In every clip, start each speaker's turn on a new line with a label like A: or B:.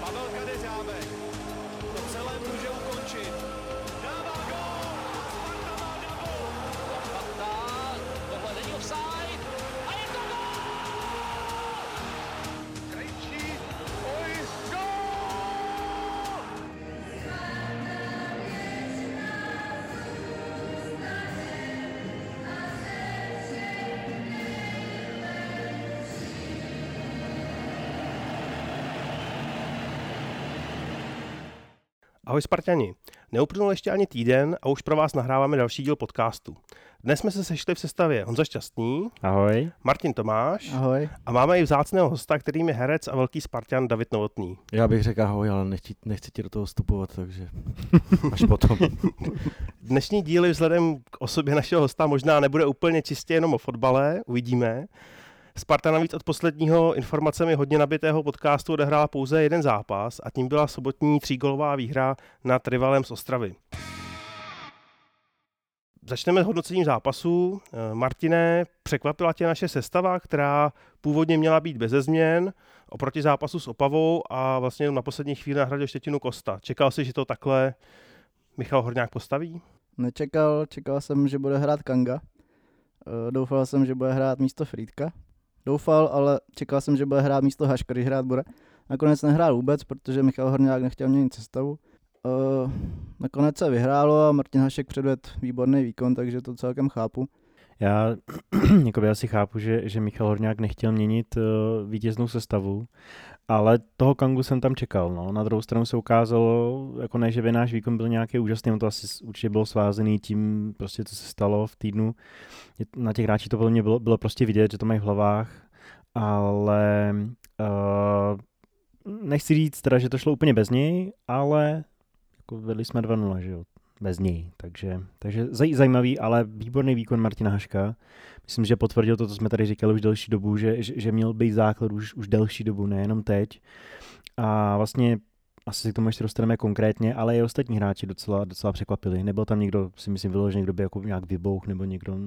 A: Pavel Kadeřábek to celé může ukončit. Dává gól! Sparta má double!
B: Sparta, tohle není offside a je to gól!
A: Krejčí, oj, gól!
C: Ahoj Sparťani, neuplynul ještě ani týden a už pro vás nahráváme další díl podcastu. Dnes jsme se sešli v sestavě Honza Šťastný,
D: Ahoj.
C: Martin Tomáš
E: Ahoj.
C: a máme i vzácného hosta, kterým je herec a velký Spartan David Novotný.
E: Já bych řekl ahoj, ale nechci ti do toho vstupovat, takže až potom.
C: Dnešní díly vzhledem k osobě našeho hosta možná nebude úplně čistě jenom o fotbale, uvidíme. Sparta navíc od posledního informacemi hodně nabitého podcastu odehrála pouze jeden zápas a tím byla sobotní 3gólová výhra nad rivalem z Ostravy. Začneme s hodnocením zápasu. Martine, překvapila tě naše sestava, která původně měla být beze změn oproti zápasu s Opavou a vlastně na poslední chvíli nahradil Štětinu Kosta. Čekal jsi, že to takhle Michal Horňák postaví?
F: Čekal jsem, že bude hrát Kanga. Doufal jsem, že bude hrát místo Frýdka. Ale čekal jsem, že bude hrát místo Haška, když hrát bude. Nakonec nehrál vůbec, protože Michal Horňák nechtěl měnit sestavu. Nakonec se vyhrálo a Martin Hašek předvedl výborný výkon, takže to celkem chápu.
D: Já asi chápu, že Michal Horňák nechtěl měnit vítěznou sestavu, ale toho Kangu jsem tam čekal. No. Na druhou stranu se ukázalo, jako ne, že by náš výkon byl nějaký úžasný, on to asi určitě bylo svázený tím, prostě, co se stalo v týdnu. Na těch hráčích to podle mě bylo prostě vidět, že to mají v hlavách, ale nechci říct teda, že to šlo úplně bez něj, ale jako vedli jsme 2-0, že jo, bez něj, takže zajímavý, ale výborný výkon Martina Haška. Myslím, že potvrdil to, co jsme tady říkali už delší dobu, že měl být základ už delší dobu, nejenom teď. A vlastně asi si k tomu ještě dostaneme konkrétně, ale i ostatní hráči docela překvapili. Nebyl tam někdo, si myslím, vyložený, kdo by jako nějak vybouch, nebo někdo,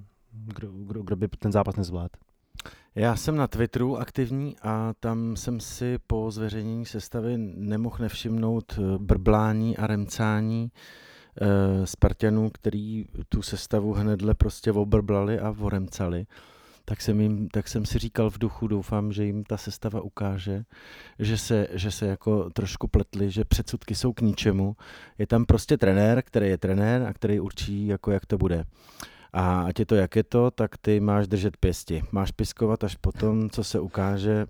D: kdo by ten zápas nezvládl.
E: Já jsem na Twitteru aktivní a tam jsem si po zveřejnění sestavy nemohl nevšimnout brblání a remcání Spartanů, který tu sestavu hnedle prostě obrblali a oremcali. Tak jsem si říkal v duchu, doufám, že jim ta sestava ukáže, že se jako trošku pletli, že předsudky jsou k ničemu. Je tam prostě trenér, který je trenér a který určí, jako jak to bude. A ať je to, jak je to, tak ty máš držet pěsti. Máš piskovat až potom, co se ukáže,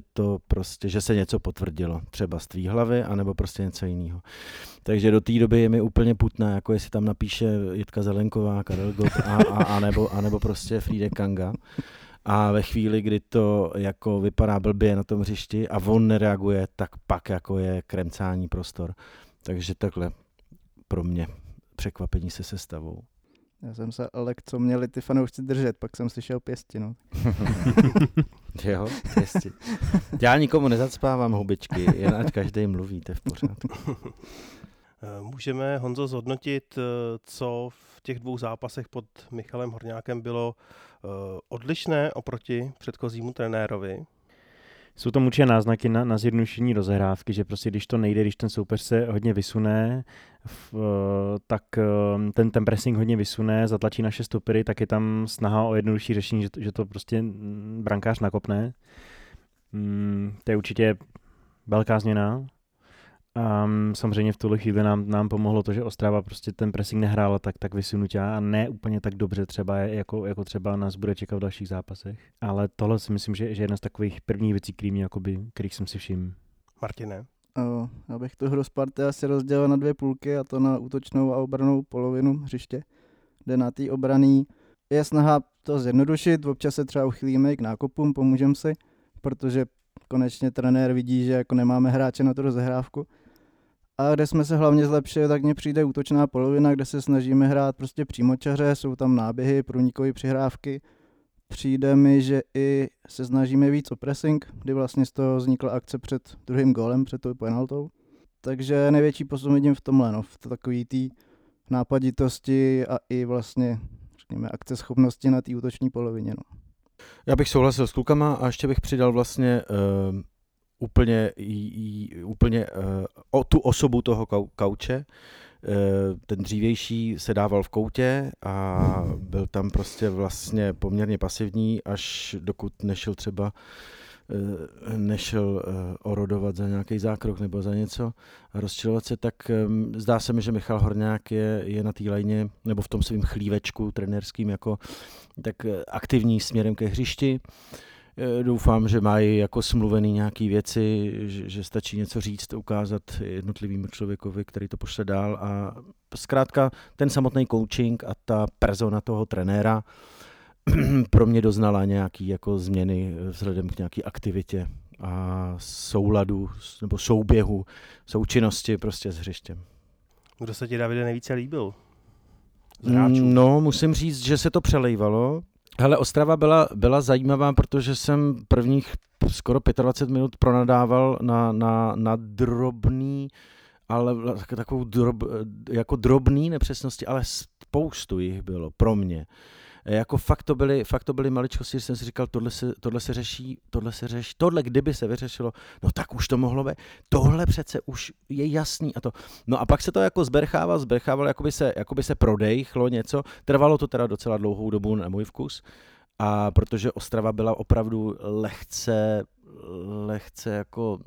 E: že se něco potvrdilo. Třeba z tvý hlavy, anebo prostě něco jiného. Takže do té doby je mi úplně putné, jako jestli tam napíše Jitka Zelenková, Karel Gott a nebo prostě Frýdek Kanga. A ve chvíli, kdy to jako vypadá blbě na tom hřišti a on nereaguje, tak pak jako je kremcání prostor. Takže takhle pro mě překvapení se sestavou.
F: Já jsem se ale co měli ty fanoušci držet, pak jsem slyšel pěsti, no.
E: Jo, pěsti. Já nikomu nezacpávám hubičky, jen ať každý mluví, to je v pořádku.
C: Můžeme, Honzo, zhodnotit, co v těch dvou zápasech pod Michalem Horňákem bylo odlišné oproti předchozímu trenérovi?
D: Jsou tam určitě náznaky na zjednodušení rozehrávky, že prostě když to nejde, když ten soupeř se hodně vysune, tak ten pressing hodně vysune, zatlačí naše stopery, tak je tam snaha o jednodušší řešení, že to prostě brankář nakopne. To je určitě velká změna. Samozřejmě v tuhle chvíli nám pomohlo to, že Ostrava prostě ten pressing nehrála tak vysunutě a ne úplně tak dobře třeba, jako třeba nás bude čekat v dalších zápasech. Ale tohle si myslím, že je jedna z takových prvních věcí, kterých jsem si všiml.
C: Martine?
F: Já bych tu hru Sparty asi rozdělil na dvě půlky, a to na útočnou a obrannou polovinu hřiště, kde na té obraný je snaha to zjednodušit, občas se třeba uchylíme i k nákopům, pomůžeme si, protože konečně trenér vidí, že jako nemáme hráče na tu rozehrávku. A kde jsme se hlavně zlepšili, tak mně přijde útočná polovina, kde se snažíme hrát prostě přímočaře, jsou tam náběhy, průnikové přihrávky. Přijde mi, že i se snažíme víc o pressing, kdy vlastně z toho vznikla akce před druhým gólem, před tou penaltou. Takže největší posun vidím v tomhle, no, v takový té nápaditosti a i vlastně, řekněme, akceschopnosti na té útoční polovině. No.
E: Já bych souhlasil s klukama a ještě bych přidal vlastně úplně o tu osobu toho kauče. Ten dřívější se dával v koutě a byl tam prostě vlastně poměrně pasivní, až dokud nešel orodovat za nějaký zákrok nebo za něco a rozčilovat se, tak zdá se mi, že Michal Horňák je na té lajně nebo v tom svým chlívečku trenérským jako tak aktivní směrem ke hřišti. Doufám, že mají jako smluvený nějaký věci, že stačí něco říct, ukázat jednotlivýmu člověkovi, který to pošle dál a zkrátka ten samotný coaching a ta persona toho trenéra pro mě doznala nějaký jako změny vzhledem k nějaký aktivitě a souladu nebo souběhu, součinnosti prostě s hřištěm.
C: Kdo se ti, Davide, nejvíce líbil z hráčů?
E: No, musím říct, že se to přelejvalo. Hele, Ostrava byla zajímavá, protože jsem prvních skoro 25 minut pronadával na drobný, ale takovou jako drobný nepřesnosti, ale spoustu jich bylo pro mě. Jako fakt to byly maličkosti, že jsem si říkal, tohle se řeší, tohle kdyby se vyřešilo, no tak už to mohlo být, tohle přece už je jasný a to. No a pak se to jako zbrechávalo, jako by se prodejchlo něco, trvalo to teda docela dlouhou dobu na můj vkus, a protože Ostrava byla opravdu lehce jako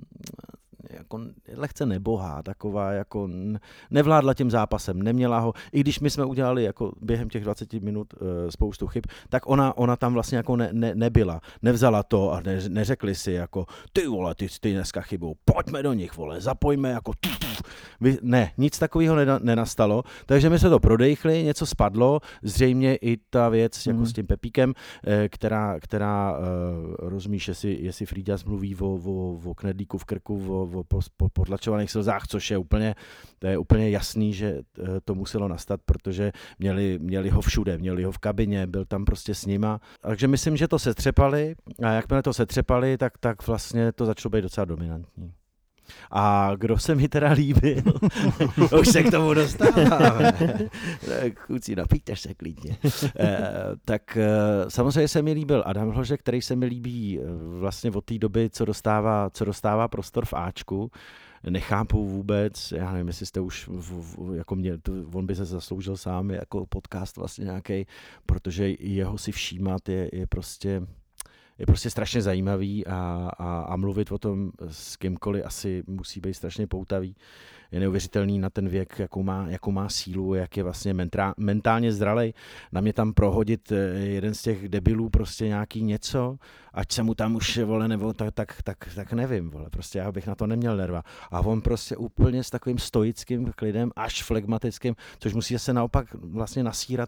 E: lehce nebohá, taková jako nevládla tím zápasem, neměla ho, i když my jsme udělali jako během těch 20 minut spoustu chyb, tak ona tam vlastně jako nebyla, nevzala to a neřekli si jako ty vole, ty dneska chybou, pojďme do nich, vole, zapojme jako ne, nic takového nenastalo, takže my se to prodejchli, něco spadlo, zřejmě i ta věc jako s tím Pepíkem, která rozumíš, jestli Frýďas mluví o knedlíku v krku, o potlačovaných slzách, což je úplně jasný, že to muselo nastat, protože měli ho všude, měli ho v kabině, byl tam prostě s nima. Takže myslím, že to setřepali a jakmile to setřepali, tak vlastně to začalo být docela dominantní. A kdo se mi teda líbil, už se k tomu dostáváme. Kluci, napijte se klidně. Tak samozřejmě se mi líbil Adam Hložek, který se mi líbí vlastně od té doby, co dostává prostor v Ačku. Nechápu vůbec, já nevím, jestli jste už, jako on by se zasloužil sám jako podcast vlastně nějaký, protože jeho si všímat je prostě strašně zajímavý a mluvit o tom s kýmkoliv asi musí být strašně poutavý. Je neuvěřitelný na ten věk, jakou má sílu, jak je vlastně mentálně zralej. Na mě tam prohodit jeden z těch debilů prostě nějaký něco, ať se mu tam už, vole, nebo tak nevím, vole, prostě já bych na to neměl nerva. A on prostě úplně s takovým stoickým klidem, až flegmatickým, což musí se naopak vlastně nasírat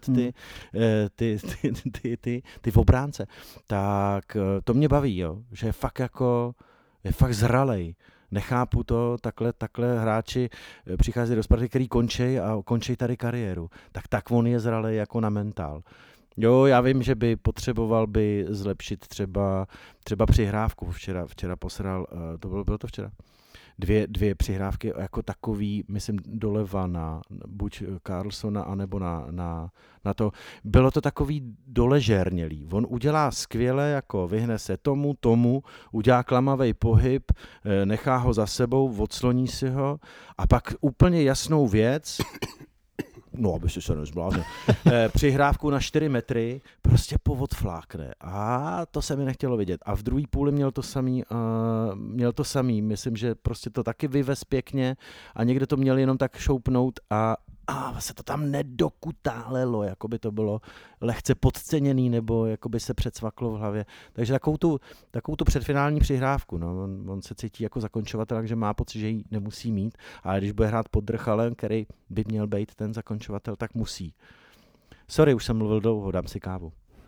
E: ty obránce. Tak to mě baví, jo, že je fakt zralej. Nechápu to, takhle hráči přichází do Sparty, který končí tady kariéru. Tak on je zralej jako na mentál. Jo, já vím, že by potřeboval zlepšit třeba přihrávku. Včera posral, bylo to včera? Dvě přihrávky jako takový, myslím, doleva na buď Carlsona, anebo na to. Bylo to takový doležérnělý. On udělá skvěle, jako vyhne se tomu, udělá klamavý pohyb, nechá ho za sebou, odsloní si ho a pak úplně jasnou věc, no, aby si se nezbláznil, přihrávku na 4 metry prostě povodflákne. A to se mi nechtělo vidět. A v druhé půli měl to samý. Myslím, že prostě to taky vyvez pěkně a někde to měl jenom tak šoupnout a se to tam nedokutálelo, jako by to bylo lehce podceněný nebo jako by se předsvaklo v hlavě. Takže takovou tu předfinální přihrávku. No, on se cítí jako zakončovatel, takže má pocit, že ji nemusí mít, ale když bude hrát pod Drchalem, který by měl být ten zakončovatel, tak musí. Sorry, už jsem mluvil dlouho, dám si kávu.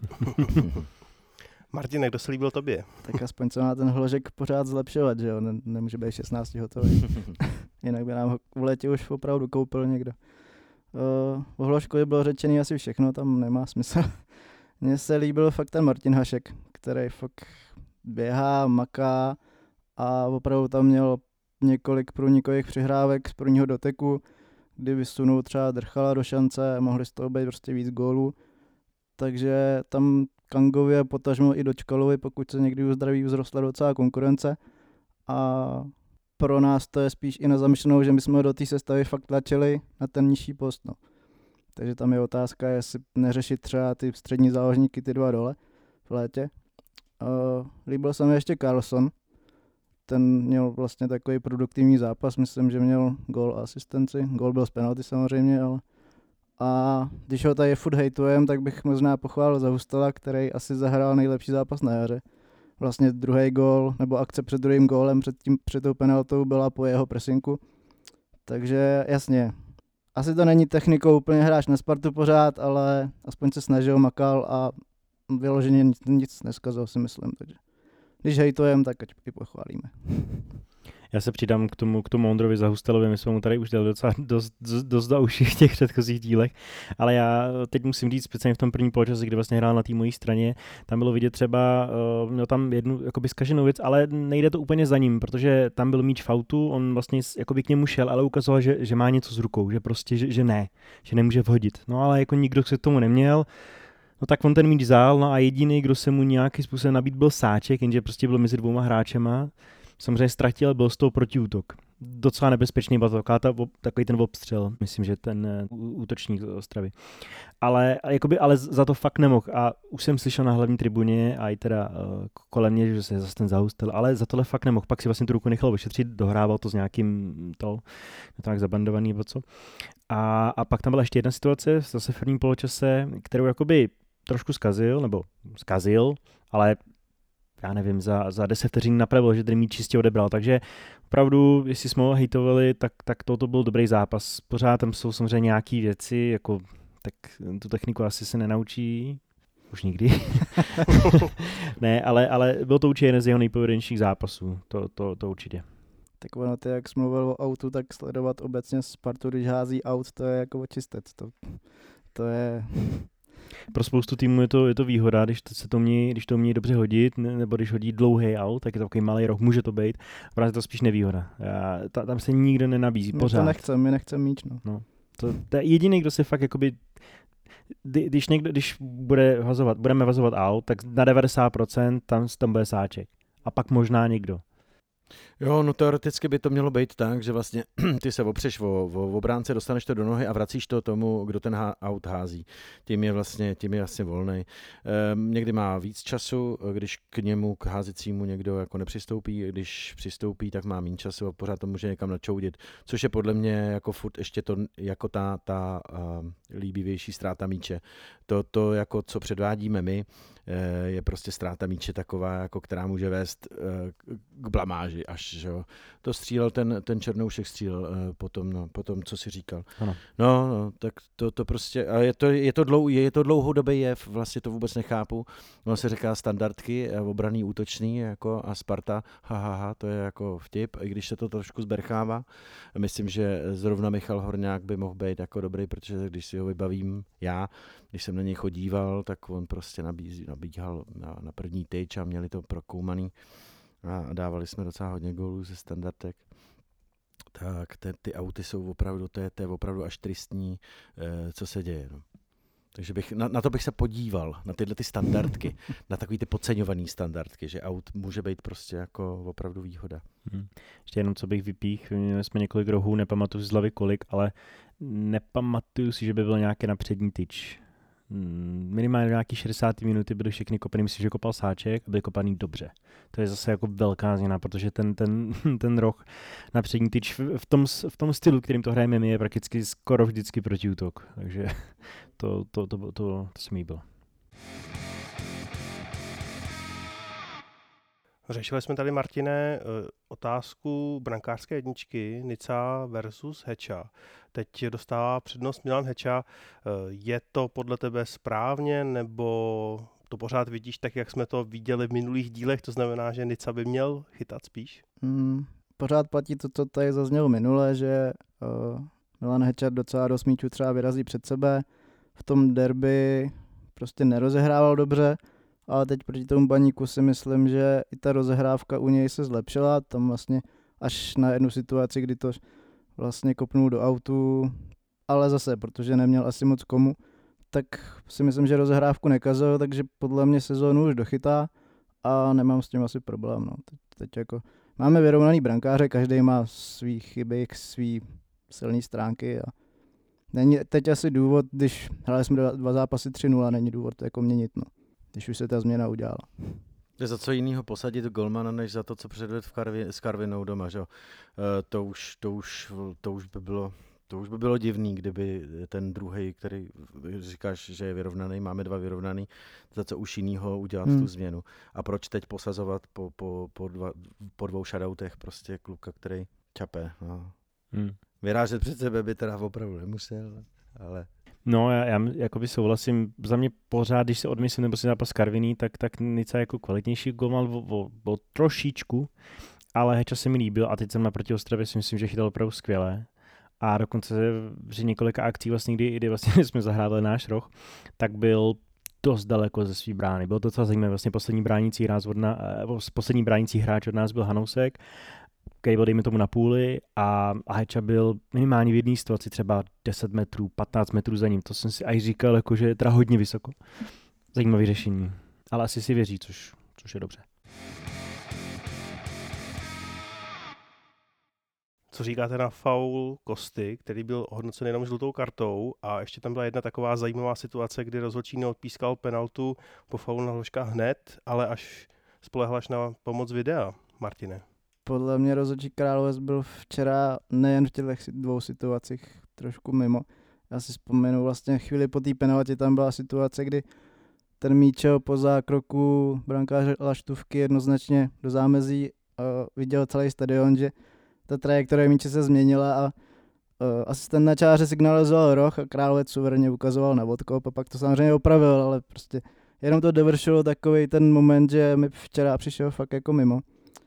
C: Martine, kdo se líbil tobě?
F: Tak aspoň se má ten Hložek pořád zlepšovat, že jo, nemůže být 16 hotový. Jinak by nám ho v létě už opravdu koupil někdo. O Hložkovi bylo řečený asi všechno, tam nemá smysl. Mně se líbil fakt ten Martin Hašek, který fakt běhá, maká a opravdu tam měl několik průnikových přihrávek z prvního doteku, kdy vysunul třeba Drchala do šance a mohli z toho být prostě víc gólů. Takže tam Kangově, potažmo i Dočkalovi, pokud se někdy uzdraví, vzrostla docela konkurence. a pro nás to je spíš i na zamyšlenou, že my jsme ho do té sestavy fakt tlačili na ten nižší post. No. Takže tam je otázka, jestli neřešit třeba ty střední záložníky, ty dva dole v létě. Líbil se mi ještě Carlson. Ten měl vlastně takový produktivní zápas, myslím, že měl gól a asistenci. Gól byl z penalty samozřejmě, ale... A když ho tady furt hejtujem, tak bych možná pochválil Zahustala, který asi zahrál nejlepší zápas na jaře. Vlastně druhý gól, nebo akce před druhým gólem, před tou penaltou byla po jeho presinku. Takže jasně, asi to není technikou úplně hráč na Spartu pořád, ale aspoň se snažil, makal a vyloženě nic neskazil, si myslím. Takže když hejtujem, tak ať i pochválíme.
D: Já se přidám k tomu Ondrovi Zahustelovi, my jsme mu tady už dali docela dost do uši v těch předchozích dílech, ale já teď musím říct, speciálně v tom prvním poločase, kdy vlastně hrál na té mojí straně, tam bylo vidět třeba, měl tam jednu jakoby zkaženou věc, ale nejde to úplně za ním, protože tam byl míč v autu, on vlastně jakoby k němu šel, ale ukazoval, že má něco s rukou, že prostě, že ne, že nemůže vhodit. No ale jako nikdo se k tomu neměl, no tak on ten míč vzal, no a jediný, kdo se mu nějakým způsobem nabít, byl Sáček, jenže prostě byl mezi dvouma hráčema. Samozřejmě ztratil, byl z toho protiútok. Docela nebezpečný byl takový ten obstřel, myslím, že ten útočník z Ostravy. Ale za to fakt nemohl. A už jsem slyšel na hlavní tribuně a i teda kolem mě, že se zase ten Zahustel, ale za tohle fakt nemohl. Pak si vlastně tu ruku nechal ošetřit, dohrával to s nějakým to tak zabandovaný nebo co. A pak tam byla ještě jedna situace, zase v prvním poločase, kterou jakoby trošku zkazil, ale já nevím, za 10 vteřin napravil, že ten míč čistě odebral, takže opravdu, jestli jsme ho hejtovali, tak to byl dobrý zápas. Pořád tam jsou samozřejmě nějaké věci, jako tak tu techniku asi se nenaučí, už nikdy. Ne, ale byl to určitě jeden z jeho nejpovedenějších zápasů, to určitě.
F: Tak ono, ty jak jsi mluvil o autu, tak sledovat obecně Spartu, když hází aut, to je jako očistec, to je...
D: Pro spoustu týmů je to výhoda, když to umí dobře hodit, nebo když hodí dlouhý aut, tak je to takový malý roh, může to být. Právě je to spíš nevýhoda. Tam se nikdo nenabízí, pořád.
F: My nechceme míč, no.
D: To je jediný, kdo se fakt jakoby, když budeme vazovat aut, tak na 90% tam bude Sáček. A pak možná někdo.
E: Jo, no teoreticky by to mělo být tak, že vlastně ty se opřeš o obránce, dostaneš to do nohy a vracíš to tomu, kdo ten aut hází. Tím je vlastně volnej. Někdy má víc času, když k němu, k házecímu někdo jako nepřistoupí, když přistoupí, tak má méně času a pořád to může někam načoudit, což je podle mě jako furt ještě to jako ta líbivější ztráta míče. To jako co předvádíme my, je prostě ztráta míče taková, jako která může vést k blamáži až, že jo. To střílel ten Černoušek potom, co si říkal.
D: Ano.
E: No, tak to prostě, a je to dlouhodobý jev, vlastně to vůbec nechápu. Ono se říká standardky, obraný, útočný, jako a Sparta, to je jako vtip, i když se to trošku zberchává. Myslím, že zrovna Michal Horňák by mohl být jako dobrý, protože když si ho vybavím já, když jsem na něj chodíval, tak on prostě nabíhal na první tyč a měli to prokoumaný a dávali jsme docela hodně gólů ze standardek. Tak ty auty jsou opravdu, to je opravdu až tristní, co se děje. No. Takže na to bych se podíval, na tyhle ty standardky, na takový ty podceňovaný standardky, že aut může být prostě jako opravdu výhoda.
D: Ještě jenom, co bych vypích, měli jsme několik rohů, nepamatuju si z hlavy kolik, ale nepamatuju si, že by byl nějaký na přední tyč. Minimálně nějaký 60. minuty byly všechny kopaný, myslím, že kopal Sáček a byly kopaný dobře. To je zase jako velká změna, protože ten roh na přední tyč v tom stylu, kterým to hrajeme my, je prakticky skoro vždycky protiútok. Takže to se mi líbilo.
C: Řešili jsme tady, Martine, otázku brankářské jedničky Nica versus Heča. Teď dostává přednost Milan Heča. Je to podle tebe správně, nebo to pořád vidíš tak, jak jsme to viděli v minulých dílech? To znamená, že Nica by měl chytat spíš?
F: Pořád platí to, co tady zaznělo minule, že Milan Heča docela dost míčů třeba vyrazí před sebe. V tom derby prostě nerozehrával dobře, ale teď proti tomu Baníku si myslím, že i ta rozehrávka u něj se zlepšila. Tam vlastně až na jednu situaci, kdy to vlastně kopnul do autu, ale zase, protože neměl asi moc komu, tak si myslím, že rozehrávku nekazil, takže podle mě sezónu už dochytá a nemám s tím asi problém. No. Teď jako máme vyrovnaný brankáře, každý má svý chyby, svý silné stránky a není teď asi důvod, když hráli jsme 2 zápasy 3-0, není důvod jako měnit, no, když už se ta změna udělala.
E: Je za co jiného posadit golmana, než za to, co předved s Karvinou doma, že? To už by bylo divný, kdyby ten druhej, který říkáš, že je vyrovnaný, máme 2 vyrovnaný, za co už jinýho udělat tu změnu. A proč teď posazovat po 2 shoutoutech prostě kluka, který čape. No. Vyrážet před sebe by teda opravdu nemusel, ale...
D: No, já jakoby souhlasím, za mě pořád, když se odmyslím nebo si zápas Karviní, tak Nica jako kvalitnější golman o trošičku, ale Heča se mi líbil a teď jsem naproti Ostravě si myslím, že chytal opravdu skvěle. A dokonce při několika akcí vlastně, kdy vlastně jsme zahrávali náš roh, tak byl dost daleko ze svý brány. Bylo to docela zajímavé, vlastně poslední bránící hráč od nás byl Hanousek, který byl, dejme tomu, na půli a Heča byl minimálně v jedné situaci třeba 10 metrů, 15 metrů za ním. To jsem si aj říkal, jako, že je teda hodně vysoko. Zajímavé řešení. Ale asi si věří, což je dobře.
C: Co říkáte na faul Kosty, který byl hodnocen jenom žlutou kartou a ještě tam byla jedna taková zajímavá situace, kdy rozhodčí neodpískal penaltu po faulu na Hložka hned, ale až spolehal až na pomoc videa, Martine.
F: Podle mě rozhodčí Královec byl včera nejen v těchto 2 situacích trošku mimo. Já si vzpomenu vlastně chvíli po té penaltě, tam byla situace, kdy ten míčel po zákroku brankáře Laštůvky jednoznačně do zámezí viděl celý stadion, že ta trajektorie míče se změnila a asistent na čáře signalizoval roh a Královec suverénně ukazoval na odkop a pak to samozřejmě opravil, ale prostě jenom to dovršilo takový ten moment, že mi včera přišel fakt jako mimo.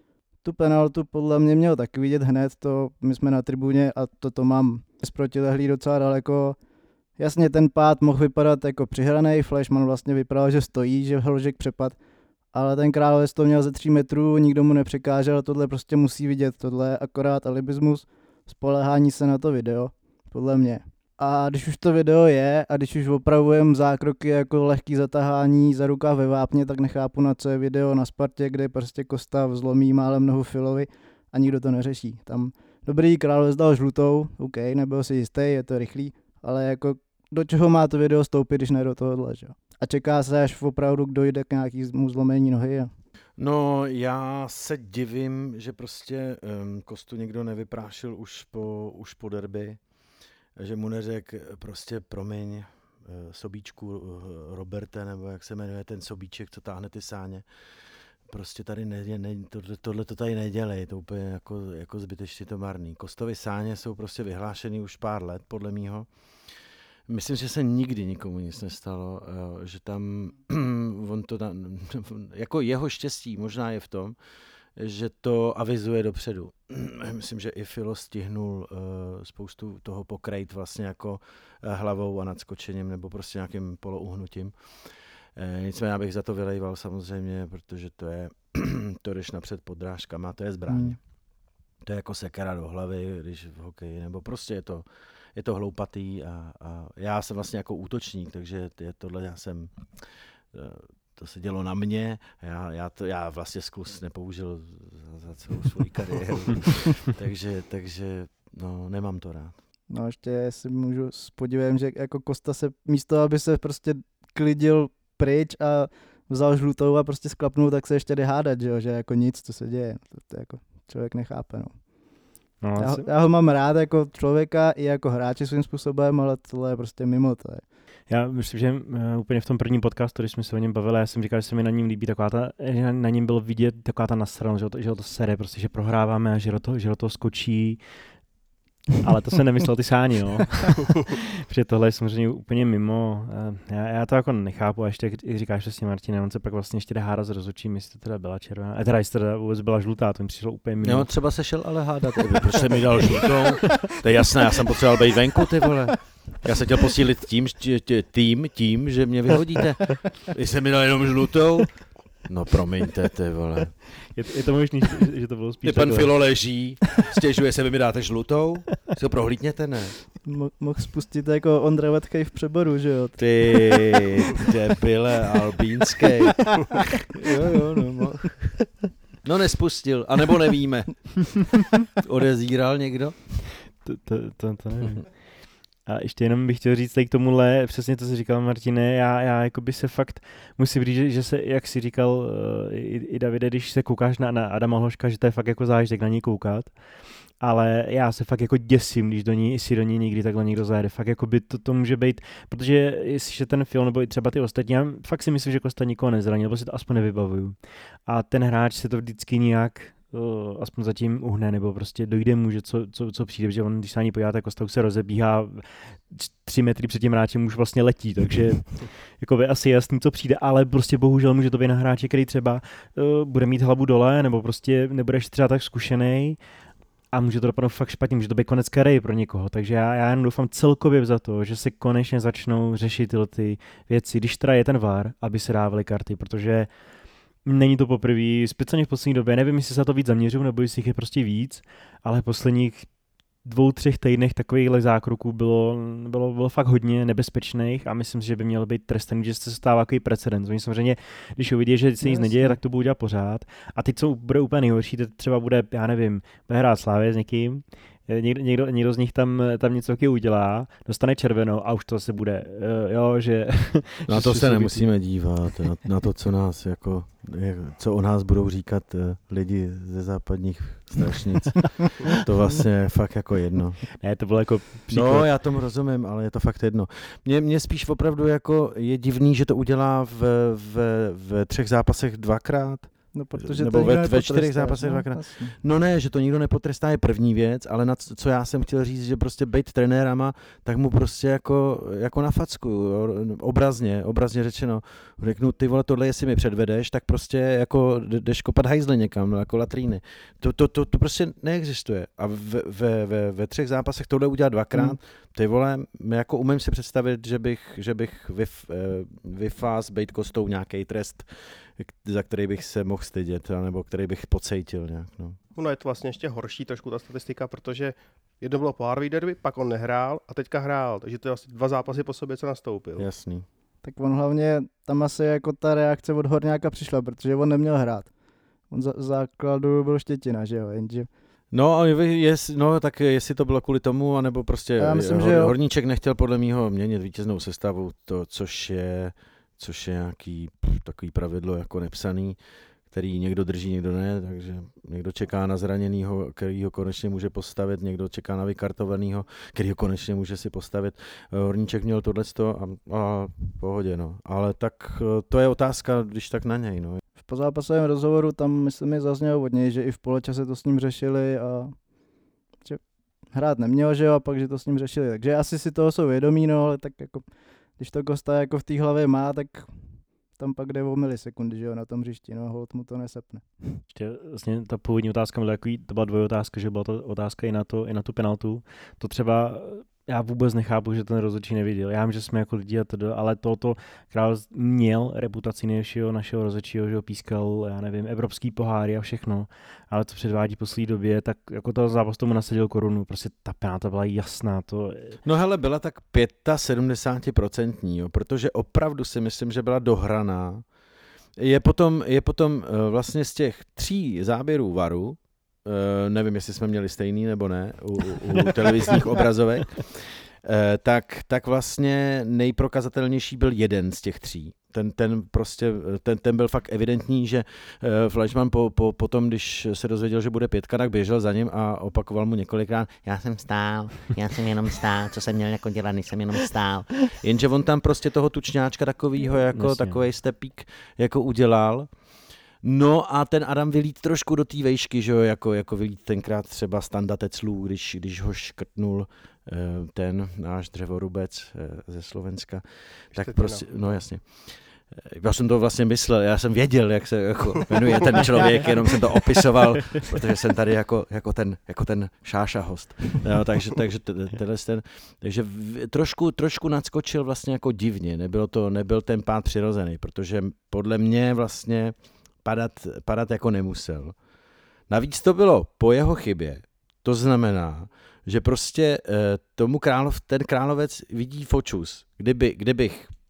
F: Tu penaltu podle mě měl taky vidět hned, to my jsme na tribuně a to mám z protilehlý docela daleko. Jasně ten pád mohl vypadat jako přihranej, Flashman vlastně vypadal, že stojí, že Hložek přepad, ale ten Královec to měl ze 3 metrů, nikdo mu nepřekážel, tohle prostě musí vidět, tohle je akorát alibismus, spolehání se na to video, podle mě. A když už to video je a když už opravujeme zákroky jako lehký zatahání za rukáv ve vápně, tak nechápu, na co je video na Spartě, kde prostě Kosta zlomí málem nohu Filovi a nikdo to neřeší. Tam dobrý, Královec dal žlutou, OK, nebyl si jistý, je to rychlý, ale jako do čeho má to video stoupit, když ne do tohohle, že? A čeká se, až opravdu dojde k nějakému zlomení nohy.
E: No, já se divím, že prostě Kostu někdo nevyprášil už po derby, že mu neřekl prostě promiň Sobíčku Roberte, nebo jak se jmenuje ten Sobíček, co táhne ty sáně. Prostě tady tohle to tady nedělej, to úplně jako zbytečně to marný. Kostovy sáně jsou prostě vyhlášený už pár let, podle mýho. Myslím, že se nikdy nikomu nic nestalo, že tam on to jako jeho štěstí možná je v tom, že to avizuje dopředu. Myslím, že i Filo stihnul spoustu toho pokrejt vlastně jako hlavou a nadskočením nebo prostě nějakým polouhnutím. Nicméně já bych za to vylejval samozřejmě, protože to jdeš napřed pod drážkama, to je zbraň. To je jako sekera do hlavy, když v hokeji, nebo prostě je to hloupatý a já jsem vlastně jako útočník, takže to se dělo na mě, já vlastně skluz nepoužil za celou svou kariéru, takže no, nemám to rád.
F: No ještě si můžu s podívem, že jako Kosta se místo, aby se prostě klidil pryč a vzal žlutou a prostě sklapnul, tak se ještě jde hádat, že jako nic, co se děje. To jako člověk nechápe, no. Já ho mám rád jako člověka i jako hráče svým způsobem, ale tohle je prostě mimo to.
D: Já myslím, že úplně v tom prvním podcastu, když jsme se o něm bavili, já jsem říkal, že se mi na něm líbí že na něm bylo vidět taková ta nasranost, že to sere, prostě, že prohráváme a že do toho skočí. Ale to jsem nemyslel ty sáni, no. Protože tohle je samozřejmě úplně mimo. Já to jako nechápu, a ještě jak říkáš přesně, Martine, on se pak vlastně ještě jde hádat s rozhodčím, jestli to teda byla červená. A teda jestli to vůbec byla žlutá, to mi přišlo úplně mimo.
E: No, třeba se šel ale hádat, proč jsi mi dal žlutou? To je jasné, já jsem potřeboval být venku, ty vole. Já jsem chtěl posílit tím, že mě vyhodíte. Vy jste mi dal jenom žlutou? No promiňte, ty vole.
D: Je to možný, že to bylo spíš
E: pan Filo leží, stěžuje se, vy mi dáte žlutou? Si ho prohlídněte, ne?
F: Mohl spustit jako Ondra Vetkej v přeboru, že jo?
E: Ty debile albínskej.
F: jo, no mohl.
E: No nespustil, anebo nevíme. Odezíral někdo?
D: To nevím. A ještě jenom bych chtěl říct tady k tomuhle, přesně to, co říkal Martine, já jakoby se fakt musím říct, že se, jak si říkal i Davide, když se koukáš na Adama Hložka, že to je fakt jako zážitek na něj koukat, ale já se fakt jako děsím, když si do ní někdy takhle někdo zajede, fakt jako by to může být, protože jestliže ten film, nebo i třeba ty ostatní, já fakt si myslím, že Kosta nikoho nezranil, nebo si to aspoň nevybavuju. A ten hráč se to vždycky nějak aspoň zatím uhne, nebo prostě dojde mu, že co přijde, protože on, když se ani podíváte, Kosta už se rozebíhá 3 metry před tím hráčem, už vlastně letí, takže jako by asi jasný, co přijde, ale prostě bohužel může to být na hráče, který třeba bude mít hlavu dole, nebo prostě nebudeš třeba tak zkušenej a může to dopadnout fakt špatně, může to být konec kariéry pro někoho, takže já jen doufám celkově za to, že se konečně začnou řešit tyhle ty věci, když teda je ten VAR, aby se dávaly karty, protože není to poprvé, speciálně v poslední době, nevím, jestli se to víc zaměřují, nebo jestli jich je prostě víc, ale v posledních 2-3 týdnech takových zákroků bylo fakt hodně nebezpečných a myslím si, že by měl být trestaný, že se stává takový precedens. Oni samozřejmě, když uvidí, že se nic neděje, tak to budou dělat pořád. A teď, co bude úplně nejhorší, to třeba bude, já nevím, bude hrát Slávě s někým, někdo z nich tam něco taky udělá, dostane červenou a už to se bude, že...
E: Na to se nemusíme dívat, na to, co nás co o nás budou říkat lidi ze západních strašnic. To vlastně je fakt jako jedno.
D: Ne, to bylo jako příklad.
E: No, já tomu rozumím, ale je to fakt jedno. Mně spíš opravdu jako je divný, že to udělá v 3 zápasech 2krát.
F: No, protože
E: nebo ve 4 zápasech 2krát. No ne, že to nikdo nepotrestá je první věc, ale co já jsem chtěl říct, že prostě být trenérama, tak mu prostě jako na facku, jo, obrazně řečeno. Řeknu, ty vole, tohle jestli mi předvedeš, tak prostě jako jdeš kopat hajzle někam, jako latríny. To prostě neexistuje. A ve 3 zápasech tohle udělat 2krát, ty vole, jako umím si představit, že bych vyfás bejt Kostou nějaký trest, za který bych se mohl stydět, nebo který bych pocejtil nějak.
C: No je to vlastně ještě horší trošku ta statistika, protože jedno bylo pohárový derby, pak on nehrál a teďka hrál, takže to je vlastně 2 zápasy po sobě, co nastoupil.
E: Jasný.
F: Tak on hlavně, tam asi jako ta reakce od Horňáka přišla, protože on neměl hrát. On základu byl Štětina, že jo, jenže...
E: No, tak jestli to bylo kvůli tomu, anebo prostě já myslím, že Horníček nechtěl podle mýho měnit vítěznou sestavu, což je nějaký takový pravidlo jako nepsaný, který někdo drží, někdo ne, takže někdo čeká na zraněnýho, který ho konečně může postavit, někdo čeká na vykartovanýho, který ho konečně může si postavit. Horníček měl tohleto a pohodě, no. Ale tak to je otázka, když tak na něj, no.
F: V pozápasovém rozhovoru tam, myslím, zaznělo od něj, že i v poločase to s ním řešili a že hrát neměl, že jo, a pak, že to s ním řešili. Takže asi si toho jsou vědomí, no, ale tak jako, když to Kosta jako v té hlavě má, tak tam pak jde o milisekundy, že jo, na tom hřišti, no, holt mu to nesepne.
D: Ještě vlastně ta původní otázka byla to byla dvojotázka, že byla to otázka i na tu penaltu. To třeba já vůbec nechápu, že ten rozhodčí neviděl. Já vím, že jsme jako lidi, ale tohoto král měl reputaci nejlepšího našeho rozhodčího, že ho pískal, já nevím, evropský poháry a všechno, ale co předvádí v poslední době, tak jako to zápas tomu nasadil korunu, prostě ta penalta byla jasná.
E: No hele, byla tak 75%, jo, protože opravdu si myslím, že byla dohraná. Je potom vlastně z těch 3 záběrů VARu, nevím, jestli jsme měli stejný nebo ne, u televizních obrazovek, tak vlastně nejprokazatelnější byl jeden z těch 3. Ten byl fakt evidentní, že Fleischmann potom, když se dozvěděl, že bude 5, tak běžel za ním a opakoval mu několikrát, já jsem jenom stál, co jsem měl jako dělat, jsem jenom stál. Jenže on tam prostě toho tučňáčka takovýho, jako takovej stepík, jako udělal. No a ten Adam vylít trošku do té vejšky, že jo, jako vylít tenkrát třeba Standa Teclů, když ho škrtnul ten náš dřevorubec ze Slovenska. Tak prostě, no jasně. Já jsem to vlastně myslel, já jsem věděl, jak se jako jmenuje ten člověk, jenom jsem to opisoval, protože jsem tady jako ten šáša host. No, takže trošku nadskočil vlastně jako divně, nebyl ten pád přirozený, protože podle mě vlastně padat jako nemusel. Navíc to bylo po jeho chybě. To znamená, že prostě ten Královec vidí fočus.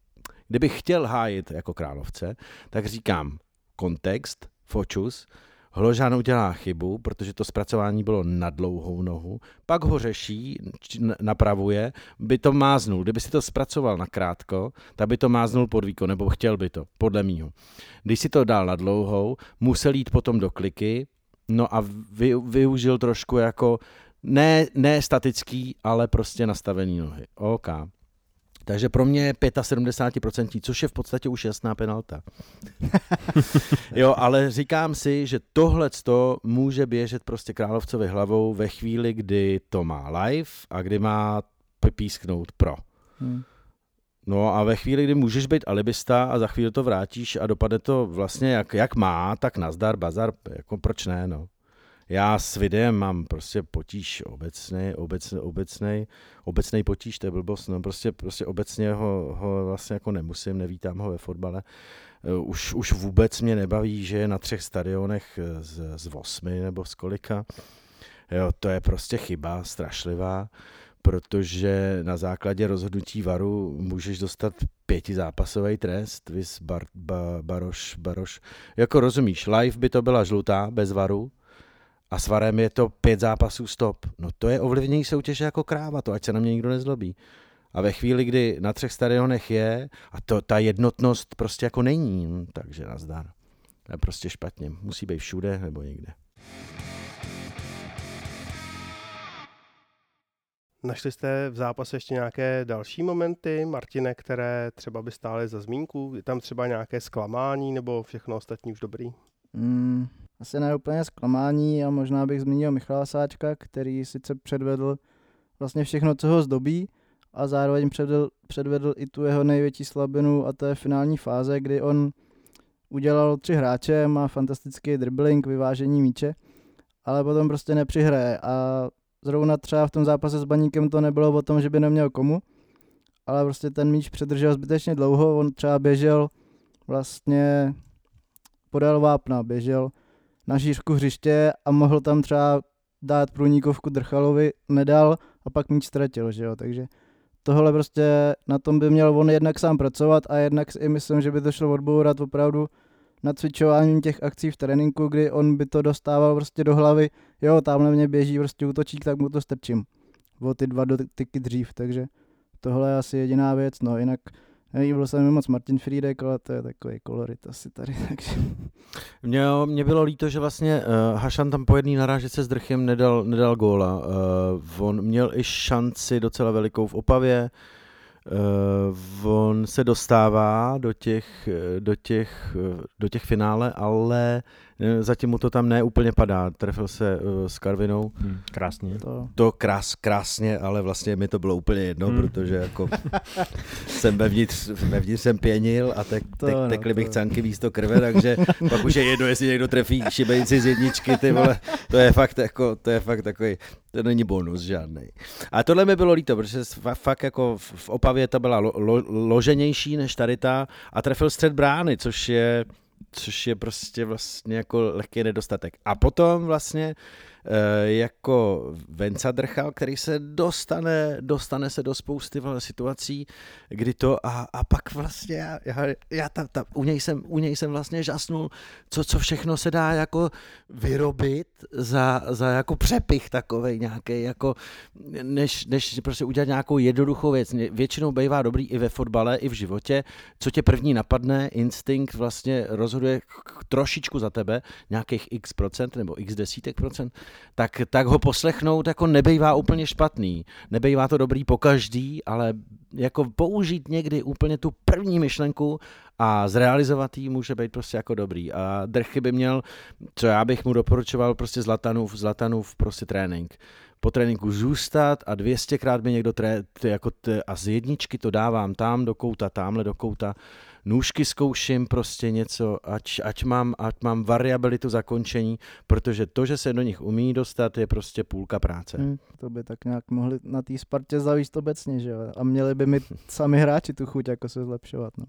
E: Kdybych chtěl hájit jako Královce, tak říkám kontext, fočus, Hložán udělá chybu, protože to zpracování bylo na dlouhou nohu, pak ho řeší, napravuje, by to máznul. Kdyby si to zpracoval na krátko, tak by to máznul pod výkon, nebo chtěl by to, podle mýho. Když si to dal na dlouhou, musel jít potom do kliky, no a využil trošku jako ne statický, ale prostě nastavený nohy. OK. Takže pro mě je 75%, což je v podstatě už jasná penalta. Jo, ale říkám si, že tohleto může běžet prostě Královcovi hlavou ve chvíli, kdy to má live a kdy má písknout pro. No a ve chvíli, kdy můžeš být alibista a za chvíli to vrátíš a dopadne to vlastně jak má, tak nazdar, bazar, jako proč ne, no. Já s videem mám prostě potíž obecnej potíž, to je blbost, no prostě obecně ho vlastně jako nemusím, nevítám ho ve fotbale. Už vůbec mě nebaví, že je na 3 stadionech z 8 nebo z kolika. Jo, to je prostě chyba strašlivá, protože na základě rozhodnutí VARu můžeš dostat 5zápasový trest, vis Baroš. Jako rozumíš, live by to byla žlutá bez VARu, a s VARem je to 5 zápasů stop. No to je ovlivnění soutěže jako kráva, to ať se na mě nikdo nezlobí. A ve chvíli, kdy na 3 stadionech je, a ta jednotnost prostě jako není, takže nazdar. To je prostě špatně. Musí být všude nebo někde.
C: Našli jste v zápase ještě nějaké další momenty, Martine, které třeba by stály za zmínku? Je tam třeba nějaké zklamání nebo všechno ostatní už dobrý?
F: Asi ne úplně zklamání a možná bych zmínil Michala Sáčka, který sice předvedl vlastně všechno, co ho zdobí a zároveň předvedl i tu jeho největší slabinu a to je finální fáze, kdy on udělal 3 hráče, má fantastický dribbling, vyvážení míče, ale potom prostě nepřihraje a zrovna třeba v tom zápase s Baníkem to nebylo o tom, že by neměl komu, ale prostě ten míč předržel zbytečně dlouho, on třeba běžel vlastně podél vápna, běžel na šířku hřiště a mohl tam třeba dát průnikovku Drchalovi, nedal a pak míč ztratil, že jo, takže tohle prostě na tom by měl on jednak sám pracovat a jednak si myslím, že by to šlo odbourat opravdu na cvičováním těch akcí v tréninku, kdy on by to dostával prostě do hlavy, jo, tamhle mě běží prostě útočík, tak mu to strčím o ty 2 dotyky dřív, takže tohle je asi jediná věc, no jinak byl se mi moc Martin Friedek, ale to je takový kolorit asi tady, takže...
E: Mně bylo líto, že vlastně Hašan tam po jedné narážece s Drchem nedal góla. On měl i šanci docela velikou v Opavě. On se dostává do těch finále, ale zatím mu to tam ne úplně padá. Trefil se s Karvinou.
D: Krásně.
E: To krásně, ale vlastně mi to bylo úplně jedno, protože jako jsem vevnitř jsem pěnil a tekly bych canky místo krve, takže pak už je jedno, jestli někdo trefí šibenici z jedničky, ty vole, to je fakt takový, to není bonus žádnej. A tohle mi bylo líto, protože fakt jako v Opavě ta byla loženější než tady ta a trefil střed brány, což je prostě vlastně jako lehký nedostatek. A potom vlastně jako Venca Drchal, který se dostane se do spousty situací, kdy to a pak vlastně já u něj jsem vlastně žasnul, co všechno se dá jako vyrobit za jako přepich takovej nějaký, jako než prostě udělat nějakou jednoduchou věc. Většinou bývá dobrý i ve fotbale, i v životě, co tě první napadne, instinkt vlastně rozhoduje trošičku za tebe, nějakých x% nebo x desítek procent, tak ho poslechnout jako nebejvá úplně špatný. Nebejvá to dobrý pokaždý, ale jako použít někdy úplně tu první myšlenku a zrealizovat ji může být prostě jako dobrý. A Drchy by měl, co já bych mu doporučoval, prostě Zlatanův prostě trénink. Po tréninku zůstat a 200krát by někdo a z jedničky to dávám tam do kouta, tamhle do kouta. Nůžky zkouším prostě něco, ať mám variabilitu zakončení, protože to, že se do nich umí dostat, je prostě půlka práce.
F: To by tak nějak mohli na té Spartě zavíst obecně, že jo? A měli by mít sami hráči tu chuť, jako se zlepšovat, no.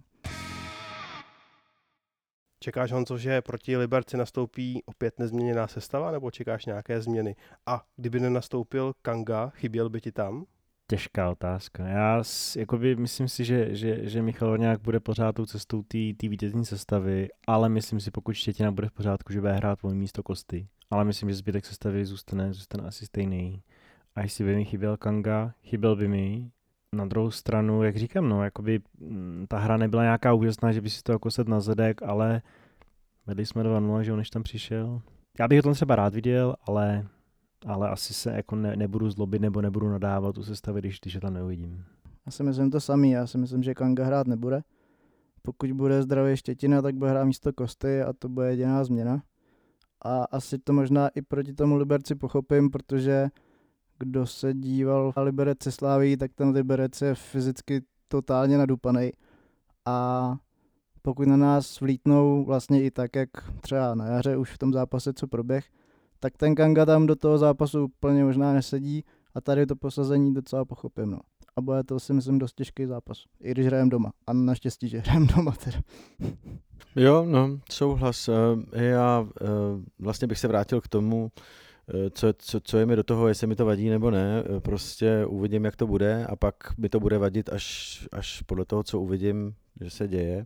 C: Čekáš, Honzo, že proti Liberci nastoupí opět nezměněná sestava, nebo čekáš nějaké změny? A kdyby nenastoupil Kanga, chyběl by ti tam?
D: Těžká otázka. Jakoby myslím si, že Michal Horňák bude pořád tou cestou té vítězní sestavy, ale myslím si, pokud Štětina bude v pořádku, že bude hrát volné místo Kosty. Ale myslím, že zbytek sestavy zůstane asi stejný. A jestli by mi chyběl Kanga, chyběl by mi. Na druhou stranu, jak říkám, no, jakoby ta hra nebyla nějaká úžasná, že by si to jako set na zadek, ale vedli jsme 2-0, že on než tam přišel. Já bych ho tam třeba rád viděl, ale asi se jako nebudu zlobit nebo nebudu nadávat tu sestavu, když je tam neuvidím.
F: Já si myslím to samý, já si myslím, že Kanga hrát nebude. Pokud bude zdravý Štětina, tak bude hrát místo Kosty a to bude jediná změna. A asi to možná i proti tomu Liberci pochopím, protože kdo se díval na Liberec se Sláví, tak ten Liberec je fyzicky totálně nadupaný. A pokud na nás vlítnou vlastně i tak, jak třeba na jaře už v tom zápase, co proběh, tak ten Kanga tam do toho zápasu úplně možná nesedí a tady to posazení docela pochopím. No. A bude to si myslím dost těžký zápas, i když hrajeme doma. A naštěstí, že hrajeme doma teda.
E: Jo, no, souhlas. Já vlastně bych se vrátil k tomu, co je mi do toho, jestli mi to vadí nebo ne. Prostě uvidím, jak to bude a pak mi to bude vadit až podle toho, co uvidím, že se děje.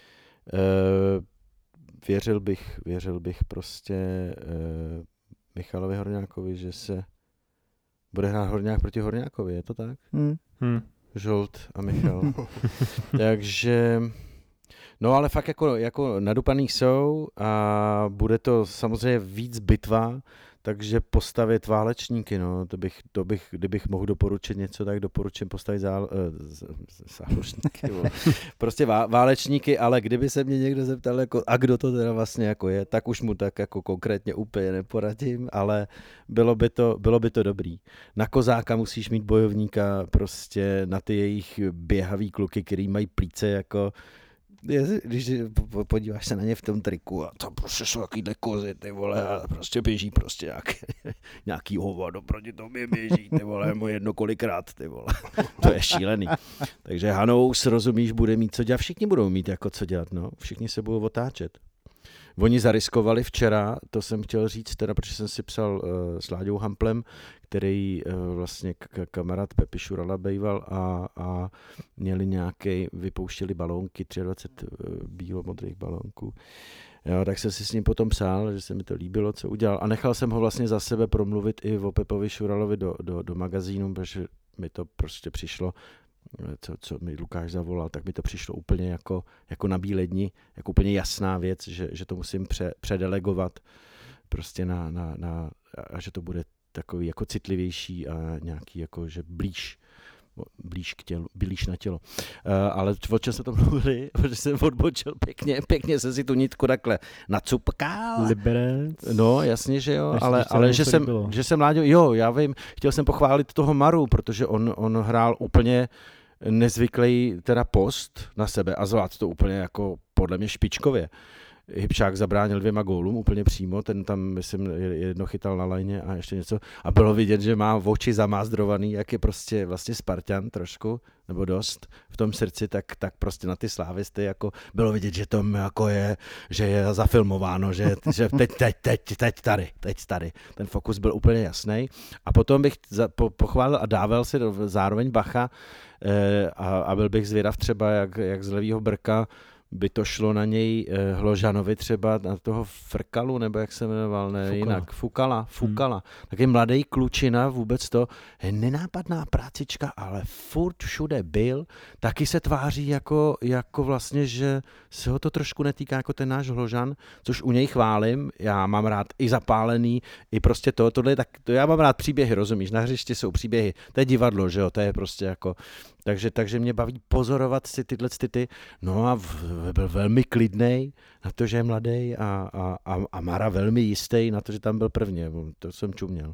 E: Věřil bych prostě Michalovi Horňákovi, že se bude hrát Horňák proti Horňákovi, je to tak? Žolt a Michal. Takže, no ale fakt jako nadupaný jsou a bude to samozřejmě víc bitva, takže postavit válečníky, no, kdybych mohl doporučit něco, tak doporučím postavit záložníky, prostě válečníky, ale kdyby se mě někdo zeptal, jako, a kdo to teda vlastně jako je, tak už mu tak jako konkrétně úplně neporadím, ale bylo by to dobrý. Na kozáka musíš mít bojovníka, prostě na ty jejich běhavý kluky, který mají plíce jako když podíváš se na ně v tom triku a to prostě jsou takovýhle kozy, ty vole, a prostě běží prostě nějaký hovado proti tobě běží, ty vole, mu jedno kolikrát, ty vole. To je šílený. Takže Hanous, rozumíš, bude mít co dělat, všichni budou mít jako co dělat, no, všichni se budou otáčet. Oni zariskovali včera, to jsem chtěl říct, teda, protože jsem si psal s Láďou Hamplem, který vlastně kamarád Pepi Šurala bejval a měli vypouštěli balónky, 23 bílomodrých balónků. Jo, tak jsem si s ním potom psal, že se mi to líbilo, co udělal. A nechal jsem ho vlastně za sebe promluvit i o Pepovi Šuralovi do magazínu, protože mi to prostě přišlo, co mi Lukáš zavolal, tak mi to přišlo úplně jako na bílé dni, jako úplně jasná věc, že to musím předelegovat prostě a že to bude takový jako citlivější a nějaký jako, že blíž k tělu, blíž na tělo. Ale o čem jsme to mluvili, protože jsem odbočil pěkně se si tu nitku takhle nacupkal.
D: Liberec.
E: No, jasně, že jo, ale že jsem Láďo, jo, já vím, chtěl jsem pochválit toho Maru, protože on hrál úplně nezvyklý teda post na sebe a zvládl to úplně jako podle mě špičkově. Hybšák zabránil 2 gólům úplně přímo, ten tam, myslím, jedno chytal na lajně a ještě něco. A bylo vidět, že má oči zamázdrovaný, jak je prostě vlastně Spartan trošku, nebo dost v tom srdci, tak prostě na ty slávisty jako bylo vidět, že to jako je, že je zafilmováno, že teď tady. Ten fokus byl úplně jasný. A potom bych pochválil a dával si zároveň bacha a byl bych zvědav třeba, jak z levýho brka by to šlo na něj Hložanovi třeba, na toho Frkalu, nebo jak se jmenoval, ne, jinak, Fukala. Taky mladý klučina, vůbec to, nenápadná prácička, ale furt všude byl, taky se tváří jako vlastně, že se ho to trošku netýká jako ten náš Hložan, což u něj chválím, já mám rád i zapálený, i prostě tohle, tak to já mám rád příběhy, rozumíš, na hřišti jsou příběhy, to je divadlo, že jo, to je prostě jako, takže mě baví pozorovat si tyhle ty, no a byl velmi klidnej na to, že je mladý a Mara velmi jistý na to, že tam byl prvně, to jsem čuměl.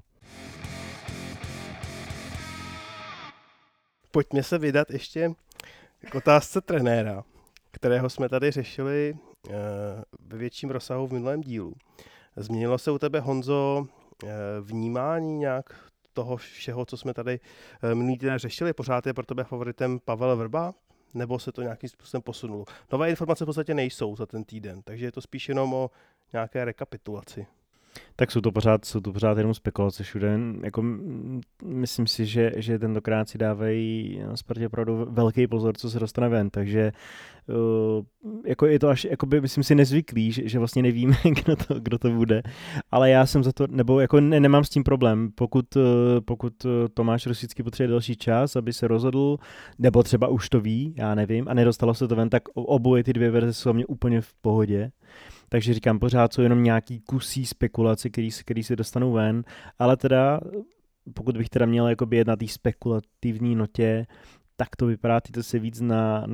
C: Pojďme se vydat ještě k otázce trenéra, kterého jsme tady řešili ve větším rozsahu v minulém dílu. Změnilo se u tebe, Honzo, vnímání nějak toho všeho, co jsme tady minulý týden řešili? Pořád je pro tebe favoritem Pavel Vrba? Nebo se to nějakým způsobem posunulo? Nové informace v podstatě nejsou za ten týden, takže je to spíš jenom o nějaké rekapitulaci.
D: Tak jsou to pořád jenom spekulace všude. Jako, myslím si, že tentokrát si dávají Spartě opravdu velký pozor, co se dostane ven, takže jako je to až, jakoby, myslím si, nezvyklý, že vlastně nevíme, kdo to bude, ale já jsem za to, nebo jako nemám s tím problém, pokud Tomáš Rosický potřebuje další čas, aby se rozhodl, nebo třeba už to ví, já nevím, a nedostalo se to ven, tak oboje ty dvě verze jsou mě úplně v pohodě. Takže říkám, pořád jsou jenom nějaký kusí spekulace, který se dostanou ven, ale teda, pokud bych teda měl jakoby jet na té spekulativní notě, tak to vypadá to se víc na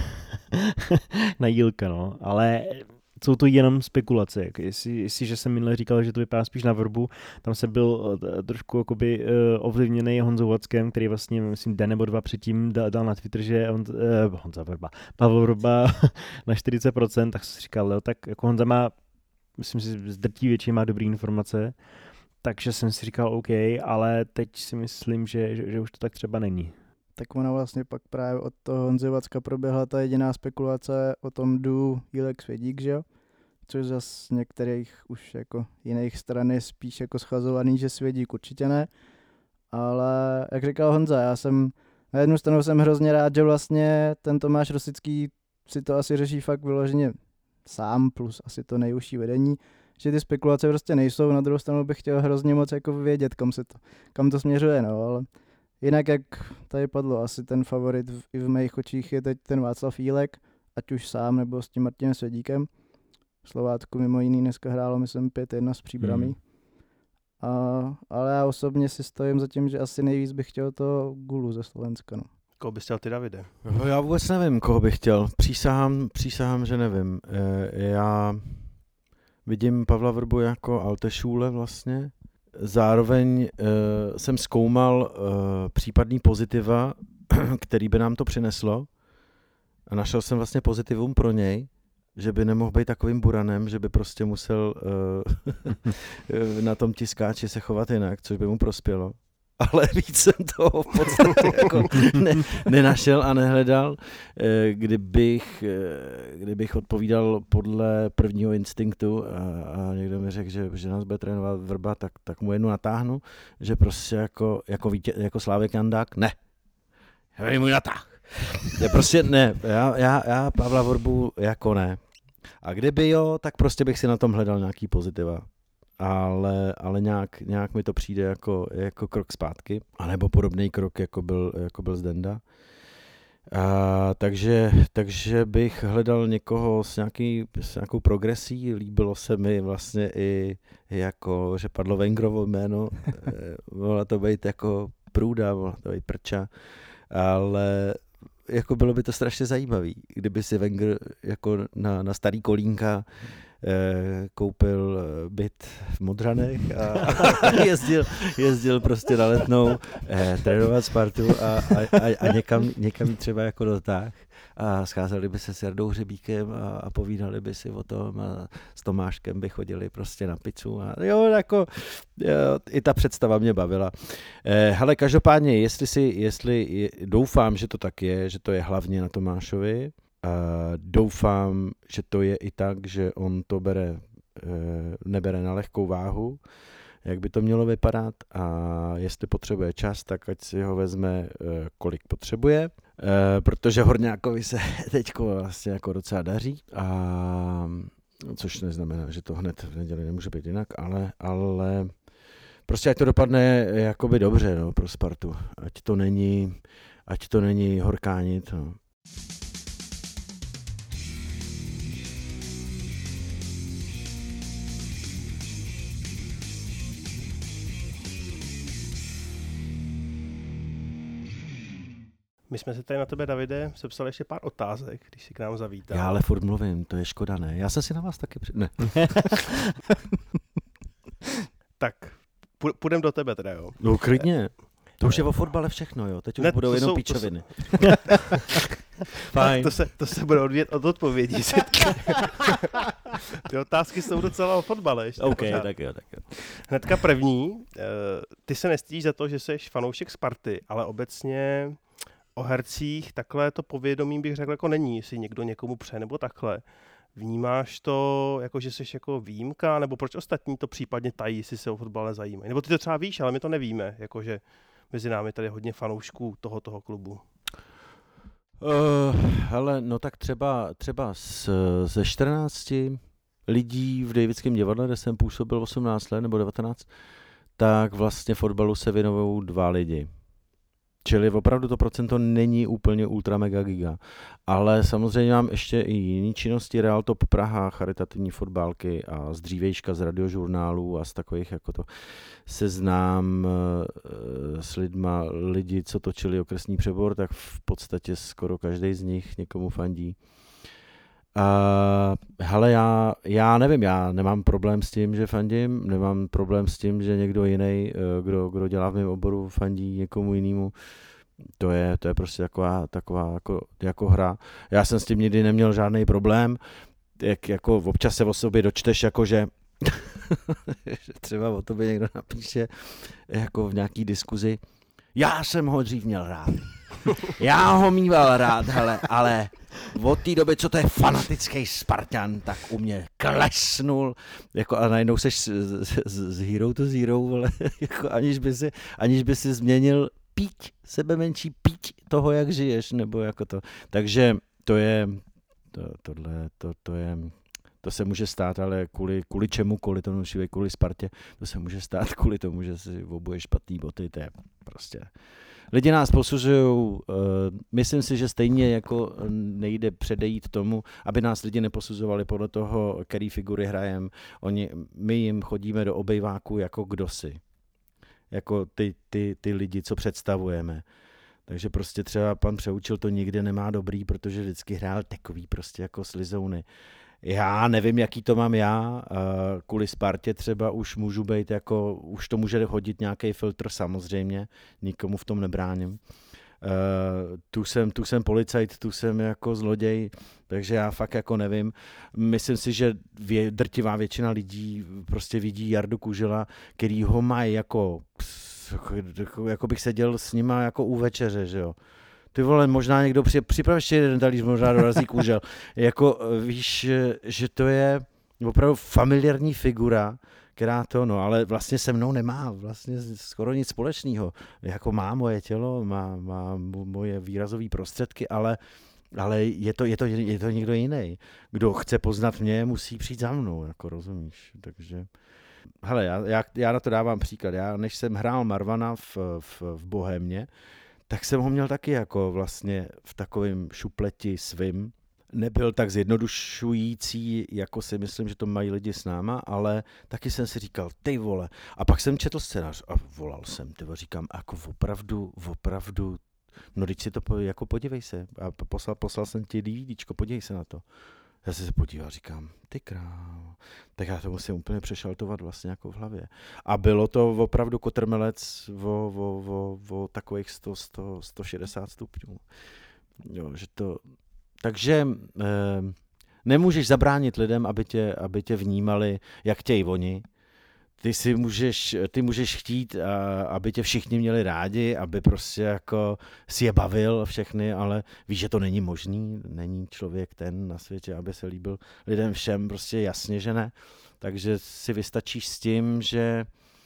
D: Jílka, no. Ale jsou to jenom spekulace. Jestliže jsem minule říkal, že to vypadá spíš na Vrbu, tam se byl trošku jakoby ovlivněný Honzou Vackem, který vlastně, myslím, den nebo dva předtím dal na Twitter, že Pavel Vrba na 40%, tak jsem si říkal, jo, tak jako Honza má, myslím si, z drtí většině má dobré informace, takže jsem si říkal OK, ale teď si myslím, že už to tak třeba není.
F: Tak ona vlastně pak právě od toho Honzy Vacka proběhla ta jediná spekulace o tom Jílek Svědík, že jo? Což zase z některých už jako jiných stran je spíš jako schazovaný, že Svědík určitě ne. Ale jak říkal Honza, na jednu stranu jsem hrozně rád, že vlastně ten Tomáš Rosický si to asi řeší fakt vyloženě sám, plus asi to nejužší vedení, že ty spekulace prostě nejsou. Na druhou stranu bych chtěl hrozně moc jako vědět, kam to směřuje, no, ale jinak, jak tady padlo, asi ten favorit i v mých očích je teď ten Václav Jílek, ať už sám nebo s tím Martinem Svědíkem. Slovácku mimo jiný dneska hrálo, myslím, 5-1 s Příbramí. Ale já osobně si stojím za tím, že asi nejvíc bych chtěl to Gulu ze Slovenska. No.
C: Koho bys chtěl ty, Davide?
E: Já vůbec nevím, koho bych chtěl. Přísahám, že nevím. Já vidím Pavla Vrbu jako Altešůle vlastně. Zároveň jsem zkoumal případný pozitiva, který by nám to přineslo. A našel jsem vlastně pozitivum pro něj, že by nemohl být takovým buranem, že by prostě musel na tom tiskáči se chovat jinak, což by mu prospělo. Ale víc jsem toho v podstatě jako nenašel a nehledal. Kdybych odpovídal podle prvního instinktu a někdo mi řekl, že nás bude trénovat Vrba, tak mu jednu natáhnu, že prostě jako Slávek Jandák, ne. Já můj natáh. Prostě ne, já Pavla Vrbu jako ne. A kdyby jo, tak prostě bych si na tom hledal nějaký pozitiva. Ale nějak mi to přijde jako krok zpátky, anebo podobný krok, jako byl Zdenda. Takže bych hledal někoho s nějakou progresí. Líbilo se mi vlastně i jako, že padlo Wengrovo jméno. Mohla to být jako Průda, mohla to být Prča, ale jako bylo by to strašně zajímavý, kdyby si Wenger jako na starý kolínka koupil byt v Modranech a jezdil prostě na Letnou trénovat Spartu a někam třeba jako dotáh a scházeli by se s Jardou Hřebíkem a povídali by si o tom a s Tomáškem by chodili prostě na pizzu a jo, i ta představa mě bavila. Hele, každopádně, jestli doufám, že to tak je, že to je hlavně na Tomášovi, doufám, že to je i tak, že on to nebere na lehkou váhu, jak by to mělo vypadat a jestli potřebuje čas, tak ať si ho vezme, kolik potřebuje, protože Horňákovi se teďko vlastně jako docela daří, což neznamená, že to hned v neděli nemůže být jinak, ale prostě ať to dopadne jakoby dobře, no, pro Spartu, ať to není horkánit, no.
C: My jsme se tady na tebe, Davide, sepsali ještě pár otázek, když jsi k nám zavítal.
E: Já ale furt mluvím, to je škoda, ne? Já jsem si na vás taky ne.
C: Tak, půjdem do tebe teda, jo.
E: No klidně. To už je o fotbale všechno, jo. Teď už budou jenom píčoviny.
C: Fajn. To se bude odvíjet od odpovědí. Ty otázky jsou docela o fotbale.
E: OK, tak jo.
C: Hnedka první. Ty se nestydíš za to, že jsi fanoušek Sparty, ale obecně o hercích takhle to povědomí bych řekl jako není, jestli někdo někomu pře nebo takhle. Vnímáš to, jako že jsi jako výjimka, nebo proč ostatní to případně tají, jestli se o fotbal nezajímají? Nebo ty to třeba víš, ale my to nevíme, jakože mezi námi tady je hodně fanoušků toho klubu.
E: Hele, no tak třeba ze 14 lidí v Davidském divadle, kde jsem působil 18 let nebo 19, tak vlastně fotbalu se věnují 2 lidi. Čili opravdu to procento není úplně ultra mega giga. Ale samozřejmě mám ještě i jiné činnosti, Real Top Praha, charitativní fotbálky a z dřívejška z radiožurnálů a z takových jako to se znám s lidi, co točili Okresní přebor, tak v podstatě skoro každý z nich někomu fandí. Hele, já nevím, já nemám problém s tím, že fandím, nemám problém s tím, že někdo jiný, kdo dělá v mém oboru, fandí někomu jinému. To je prostě taková jako hra. Já jsem s tím nikdy neměl žádný problém, jako občas se o sobě dočteš, jakože třeba o tobě někdo napíše jako v nějaký diskuzi, já jsem ho dřív měl rád. Já ho mýval rád, hele, ale od té doby, co to je fanatický Spartan, tak u mě klesnul, jako a najednou seš z hero to zero, ale jako aniž by si změnil píť, sebemenší píť toho, jak žiješ, nebo jako to. Takže to se může stát, ale kvůli čemukoliv, to musí kvůli Spartě, to se může stát kvůli tomu, že si obuješ špatný boty, to je prostě. Lidi nás posuzují, myslím si, že stejně jako nejde předejít tomu, aby nás lidi neposuzovali podle toho, který figury hrajem. My jim chodíme do obejváku jako kdosi. Jako ty lidi, co představujeme. Takže prostě třeba pan Přeučil to nikde nemá dobrý, protože vždycky hrál takový prostě jako slizouny. Já nevím, jaký to mám já, kvůli Spartě třeba už můžu být jako, už to může hodit nějaký filtr samozřejmě, nikomu v tom nebráním. Tu jsem policajt, tu jsem jako zloděj, takže já fakt jako nevím. Myslím si, že drtivá většina lidí prostě vidí Jardu Kužela, který ho mají jako bych seděl s nima jako u večeře, že jo. Ty vole, možná někdo připrav ještě jeden talíř, možná dorazí Kužel. Jako víš, že to je opravdu familiární figura, která to, no, ale vlastně se mnou nemá vlastně skoro nic společného. Jako má moje tělo, má moje výrazové prostředky, ale je to někdo jiný. Kdo chce poznat mě, musí přijít za mnou, jako rozumíš. Takže, hele, já na to dávám příklad. Já, než jsem hrál Marvana v Bohémě, tak jsem ho měl taky jako vlastně v takovém šupleti svým. Nebyl tak zjednodušující, jako si myslím, že to mají lidi s náma, ale taky jsem si říkal, ty vole. A pak jsem četl scénář a volal jsem, říkám, jako opravdu, no teď si to jako podívej se. A poslal jsem ti DVDčko, podívej se na to. Já jsem se podíval, říkám, ty král, tak já to musím úplně přešaltovat vlastně jako v hlavě. A bylo to opravdu kotrmelec o takových 160 stupňů. Jo, že to... Takže nemůžeš zabránit lidem, aby tě vnímali, jak chtějí oni. Ty můžeš chtít, aby tě všichni měli rádi, aby prostě jako si je bavil všechny, ale víš, že to není možný. Není člověk ten na světě, aby se líbil lidem všem, prostě jasně, že ne. Takže si vystačíš s tím, že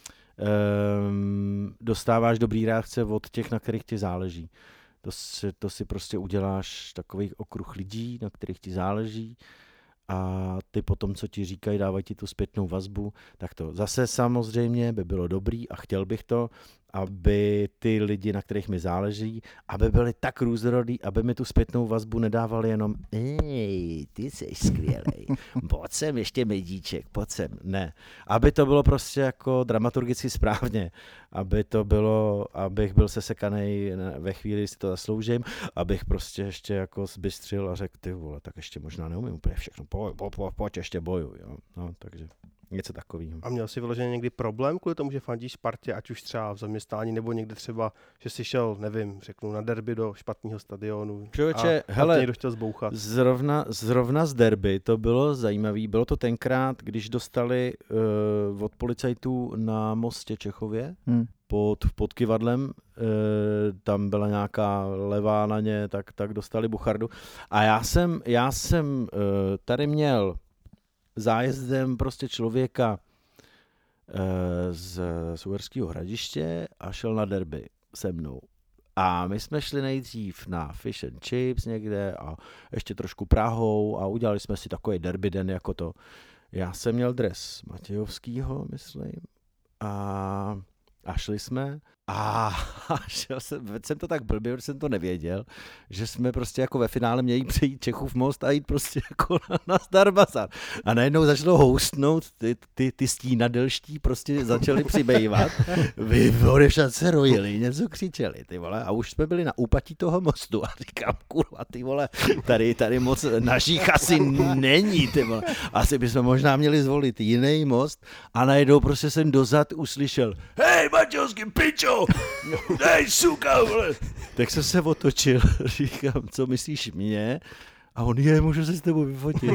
E: dostáváš dobrý reakce od těch, na kterých ti záleží. To si prostě uděláš takový okruh lidí, na kterých ti záleží a ty potom, co ti říkají, dávají ti tu zpětnou vazbu, tak to zase samozřejmě by bylo dobrý a chtěl bych to, aby ty lidi, na kterých mi záleží, aby byli tak různorodí, aby mi tu zpětnou vazbu nedávali jenom ty jsi skvělej, pojď sem ještě medíček, pojď sem, ne. Aby to bylo prostě jako dramaturgicky správně, aby to bylo, abych byl sesekanej ve chvíli, si to zasloužím, abych prostě ještě jako zbystřil a řekl, ty vole, tak ještě možná neumím úplně všechno, pojď ještě bojuj, jo. No, takže něco takového.
C: A měl jsi vyloženě někdy problém kvůli tomu, že fandíš Spartě, ať už třeba v zaměstnání, nebo někde třeba, že jsi šel, nevím, řeknu na derby do špatného stadionu
E: Člověče,
C: a
E: hele,
C: někdo chtěl zbouchat.
E: Zrovna z derby to bylo zajímavé. Bylo to tenkrát, když dostali od policajtů na mostě Čechově pod Kyvadlem, tam byla nějaká levá na ně, tak dostali buchardu. A já jsem tady měl zájezdem prostě člověka z Uherského Hradiště a šel na derby se mnou. A my jsme šli nejdřív na fish and chips někde a ještě trošku Prahou a udělali jsme si takový derby den jako to. Já jsem měl dres Matějovskýho, myslím, a šli jsme a šel jsem to tak blbě, že jsem to nevěděl, že jsme prostě jako ve finále měli přejít Čechův most a jít prostě jako na Star Bazar. A najednou začalo houstnout, ty stínadelští prostě začali přibývat, odevšad se rojili, něco křičeli, ty vole, a už jsme byli na úpatí toho mostu a říkám, kurva, ty vole, tady moc našich asi není, ty vole. Asi bychom možná měli zvolit jiný most a najednou prostě jsem dozad uslyšel, hej, Matějovský pičo, dej suka, vole. Tak jsem se otočil, říkám, co myslíš mě? A on, můžu se s tebou vyfotit.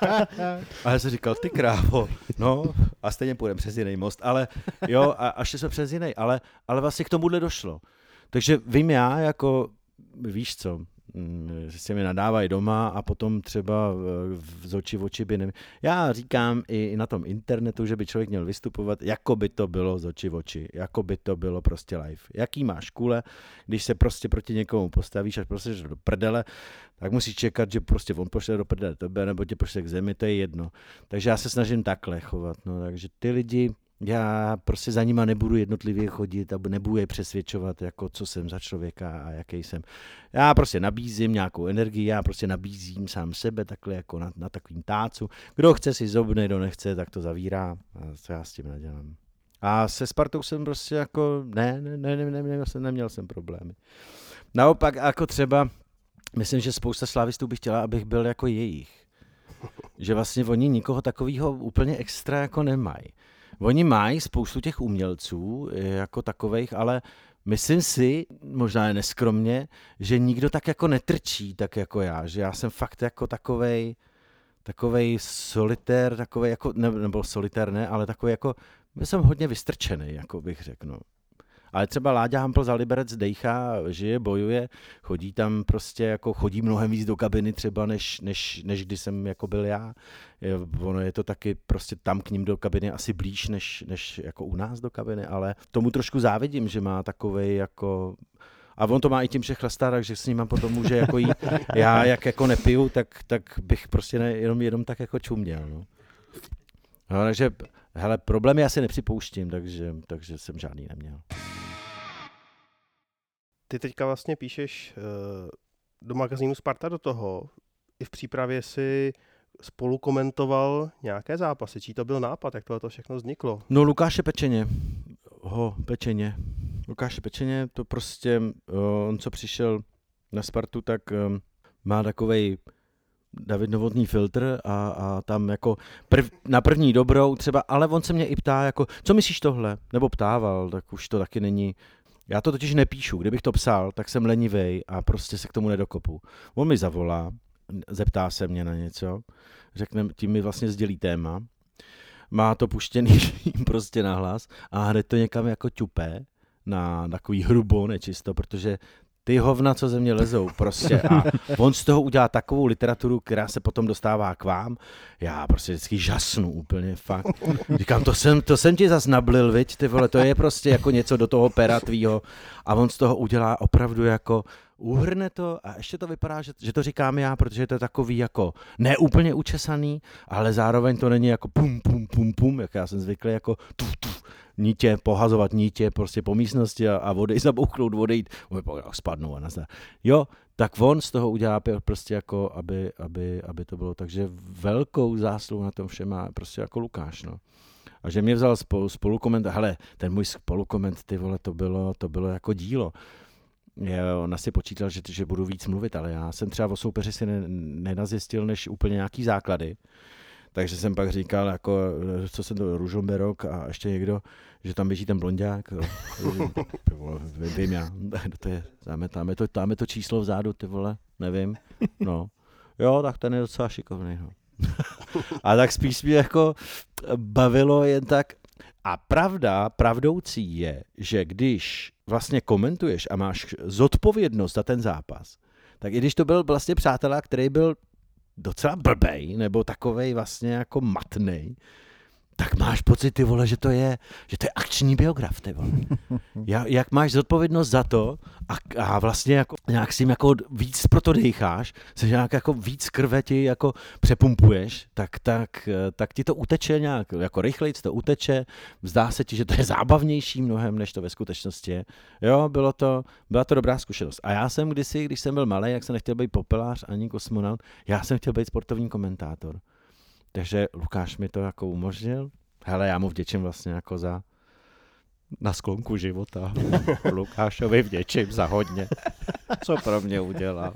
E: A já jsem říkal, ty krávo, no a stejně půjdeme přes jiný most, ale jo, a šli jsme přes jiný, ale vlastně k tomuhle došlo. Takže vím já, jako, víš co, že se mi nadávají doma a potom třeba z oči v oči by nevím. Já říkám i na tom internetu, že by člověk měl vystupovat, jako by to bylo z oči v oči, jako by to bylo prostě live. Jaký máš kule, když se prostě proti někomu postavíš až prostě do prdele, tak musíš čekat, že prostě on pošle do prdele tebe nebo tě pošle k zemi, to je jedno. Takže já se snažím takhle chovat, no, takže ty lidi, já prostě za nima nebudu jednotlivě chodit a nebudu je přesvědčovat, jako co jsem za člověka a jaký jsem. Já prostě nabízím nějakou energii, já prostě nabízím sám sebe takhle jako na takovým tácu. Kdo chce si zobne, kdo nechce, tak to zavírá a co já s tím nedělám. A se Spartou jsem prostě jako, neměl jsem problémy. Naopak jako třeba, myslím, že spousta slávistů by chtěla, abych byl jako jejich. Že vlastně oni nikoho takového úplně extra jako nemají. Oni mají spoustu těch umělců jako takovejch, ale myslím si, možná je neskromně, že nikdo tak jako netrčí tak jako já, že já jsem fakt jako takovej solitér, takovej jako, nebo solitér ne, ale takový jako, jsem hodně vystrčený, jako bych řekl, no. Ale třeba Láďa Hampl za Liberec dejchá, žije, bojuje, chodí tam prostě jako, chodí mnohem víc do kabiny třeba, než když jsem jako byl já. Ono je to taky prostě tam k ním do kabiny asi blíž, než jako u nás do kabiny, ale tomu trošku závidím, že má takovej jako... A on to má i tím, že chlastá, takže s ním potom může jako jít. Já jak jako nepiju, tak bych prostě jenom tak jako čuměl, no. No, takže, hele, problémy asi nepřipouštím, takže jsem žádný neměl.
C: Ty teďka vlastně píšeš do magazínu Sparta do toho. I v přípravě si spolu komentoval nějaké zápasy. Čí to byl nápad? Jak tohle to všechno vzniklo?
E: No Lukáše Pečeně. Lukáše Pečeně, to prostě, on co přišel na Spartu, tak má takovej David Novotný filtr a tam jako na první dobrou třeba, ale on se mě i ptá, jako, co myslíš tohle? Nebo ptával, tak už to taky není. Já to totiž nepíšu, kdybych to psal, tak jsem lenivej a prostě se k tomu nedokopu. On mi zavolá, zeptá se mě na něco, řekne, tím mi vlastně sdělí téma, má to puštěný prostě na hlas a hned to někam jako ťupé na takový hrubo nečisto, protože ty hovna, co ze mě lezou prostě a on z toho udělá takovou literaturu, která se potom dostává k vám. Já prostě vždycky žasnu úplně, fakt. Říkám, to jsem ti zas nablil, viď, ty vole, to je prostě jako něco do toho pera tvýho a on z toho udělá opravdu jako uhrne to a ještě to vypadá, že to říkám já, protože to je takový jako neúplně učesaný, ale zároveň to není jako pum, jak já jsem zvyklý jako nítě, pohazovat nítě prostě po místnosti a odejít, zabouchnout, odejít, spadnou a nazdar. Jo, tak on z toho udělá prostě jako, aby to bylo. Takže velkou zásluhu na tom všem má prostě jako Lukáš, no. A že mě vzal spolukoment, hele, ten můj spolukoment, ty vole, to bylo jako dílo. On asi počítal, že budu víc mluvit, ale já jsem třeba o soupeři si nenazjistil než úplně nějaký základy. Takže jsem pak říkal, jako, co jsem to, Ružomberok a ještě někdo, že tam běží ten blonďák. Vím já, to je, dáme to číslo vzadu, ty vole, nevím. No. Jo, tak ten je docela šikovný. No. A tak spíš mě jako bavilo jen tak. A pravdoucí je, že když vlastně komentuješ a máš zodpovědnost za ten zápas, tak i když to byl vlastně přátelá, který byl docela blbej, nebo takovej vlastně jako matnej, tak máš pocit, ty vole, že to je akční biograf, ty vole. Jak máš zodpovědnost za to a vlastně jako nějak si jim jako víc pro to dejcháš, se nějak jako víc krve ti jako přepumpuješ, tak ti to uteče nějak, jako rychlejc to uteče, zdá se ti, že to je zábavnější mnohem, než to ve skutečnosti je. Jo, byla to dobrá zkušenost. A já jsem kdysi, když jsem byl malý, jak jsem nechtěl být popelář ani kosmonaut, já jsem chtěl být sportovní komentátor. Takže Lukáš mi to jako umožnil. Hele, já mu vděčím vlastně jako na sklonku života. Lukášovi vděčím za hodně, co pro mě udělal.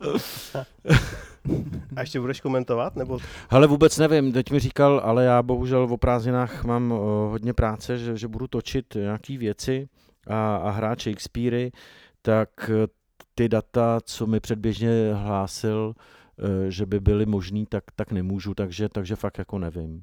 C: A ještě budeš komentovat? Nebo?
E: Hele, vůbec nevím, teď mi říkal, ale já bohužel o prázdninách mám hodně práce, že budu točit nějaký věci a hrát Shakespeary, tak ty data, co mi předběžně hlásil, že by byly možný, tak nemůžu, takže fakt jako nevím.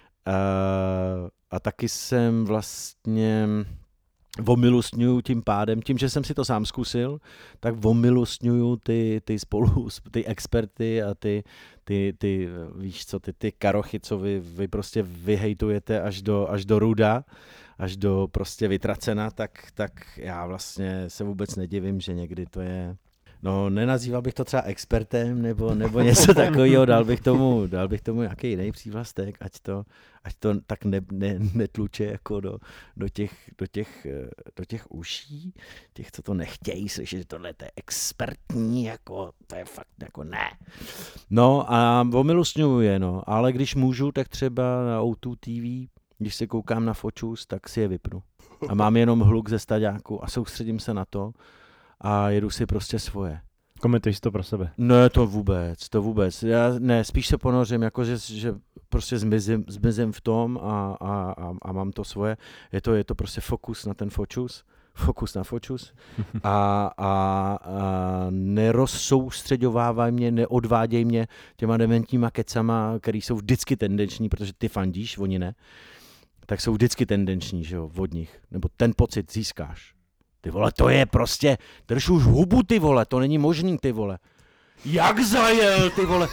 E: A taky jsem vlastně omilostňuju tím pádem, tím, že jsem si to sám zkusil, tak omilostňuju ty experty a ty víš co, ty karochy, co vy prostě vyhejtujete až do ruda, až do prostě vytracena, tak já vlastně se vůbec nedivím, že někdy to je. No, nenazýval bych to třeba expertem nebo něco takového, dal bych tomu nějaký jiný přívlastek, ať to tak netluče jako do těch uší, těch, co to nechtějí slyšet, že tohle je expertní, jako to je fakt jako ne. No a omilostňuju je, no, ale když můžu, tak třeba na O2 TV, když se koukám na Fočus, tak si je vypnu. A mám jenom hluk ze staďáku a soustředím se na to, a jedu si prostě svoje.
D: Komentuješ to pro sebe?
E: Ne, to vůbec. Já spíš se ponořím, jako že prostě zmizím v tom a mám to svoje. Je to prostě fokus na ten Fočus. Fokus na Fočus. A nerozsoustředovávaj mě, neodváděj mě těma dementníma kecama, který jsou vždycky tendenční, protože ty fandíš, oni ne. Tak jsou vždycky tendenční, že jo, od nich. Nebo ten pocit získáš. Ty vole, to je prostě, drž už hubu, ty vole, to není možný, ty vole. Jak zajel, ty vole,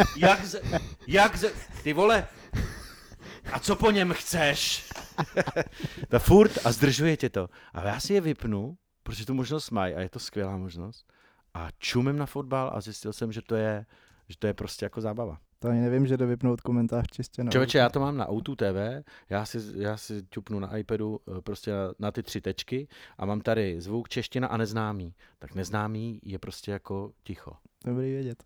E: ty vole, a co po něm chceš? To furt a zdržuje tě to. A já si je vypnu, protože tu možnost mají a je to skvělá možnost. A čumím na fotbal a zjistil jsem, že to je prostě jako zábava.
F: To ani nevím, že jde vypnout komentář čistě na
E: Člověče, já to mám na O2 TV, já si ťupnu na iPadu prostě na ty 3 tečky a mám tady zvuk, čeština a neznámý. Tak neznámý je prostě jako ticho.
F: Dobrý vědět.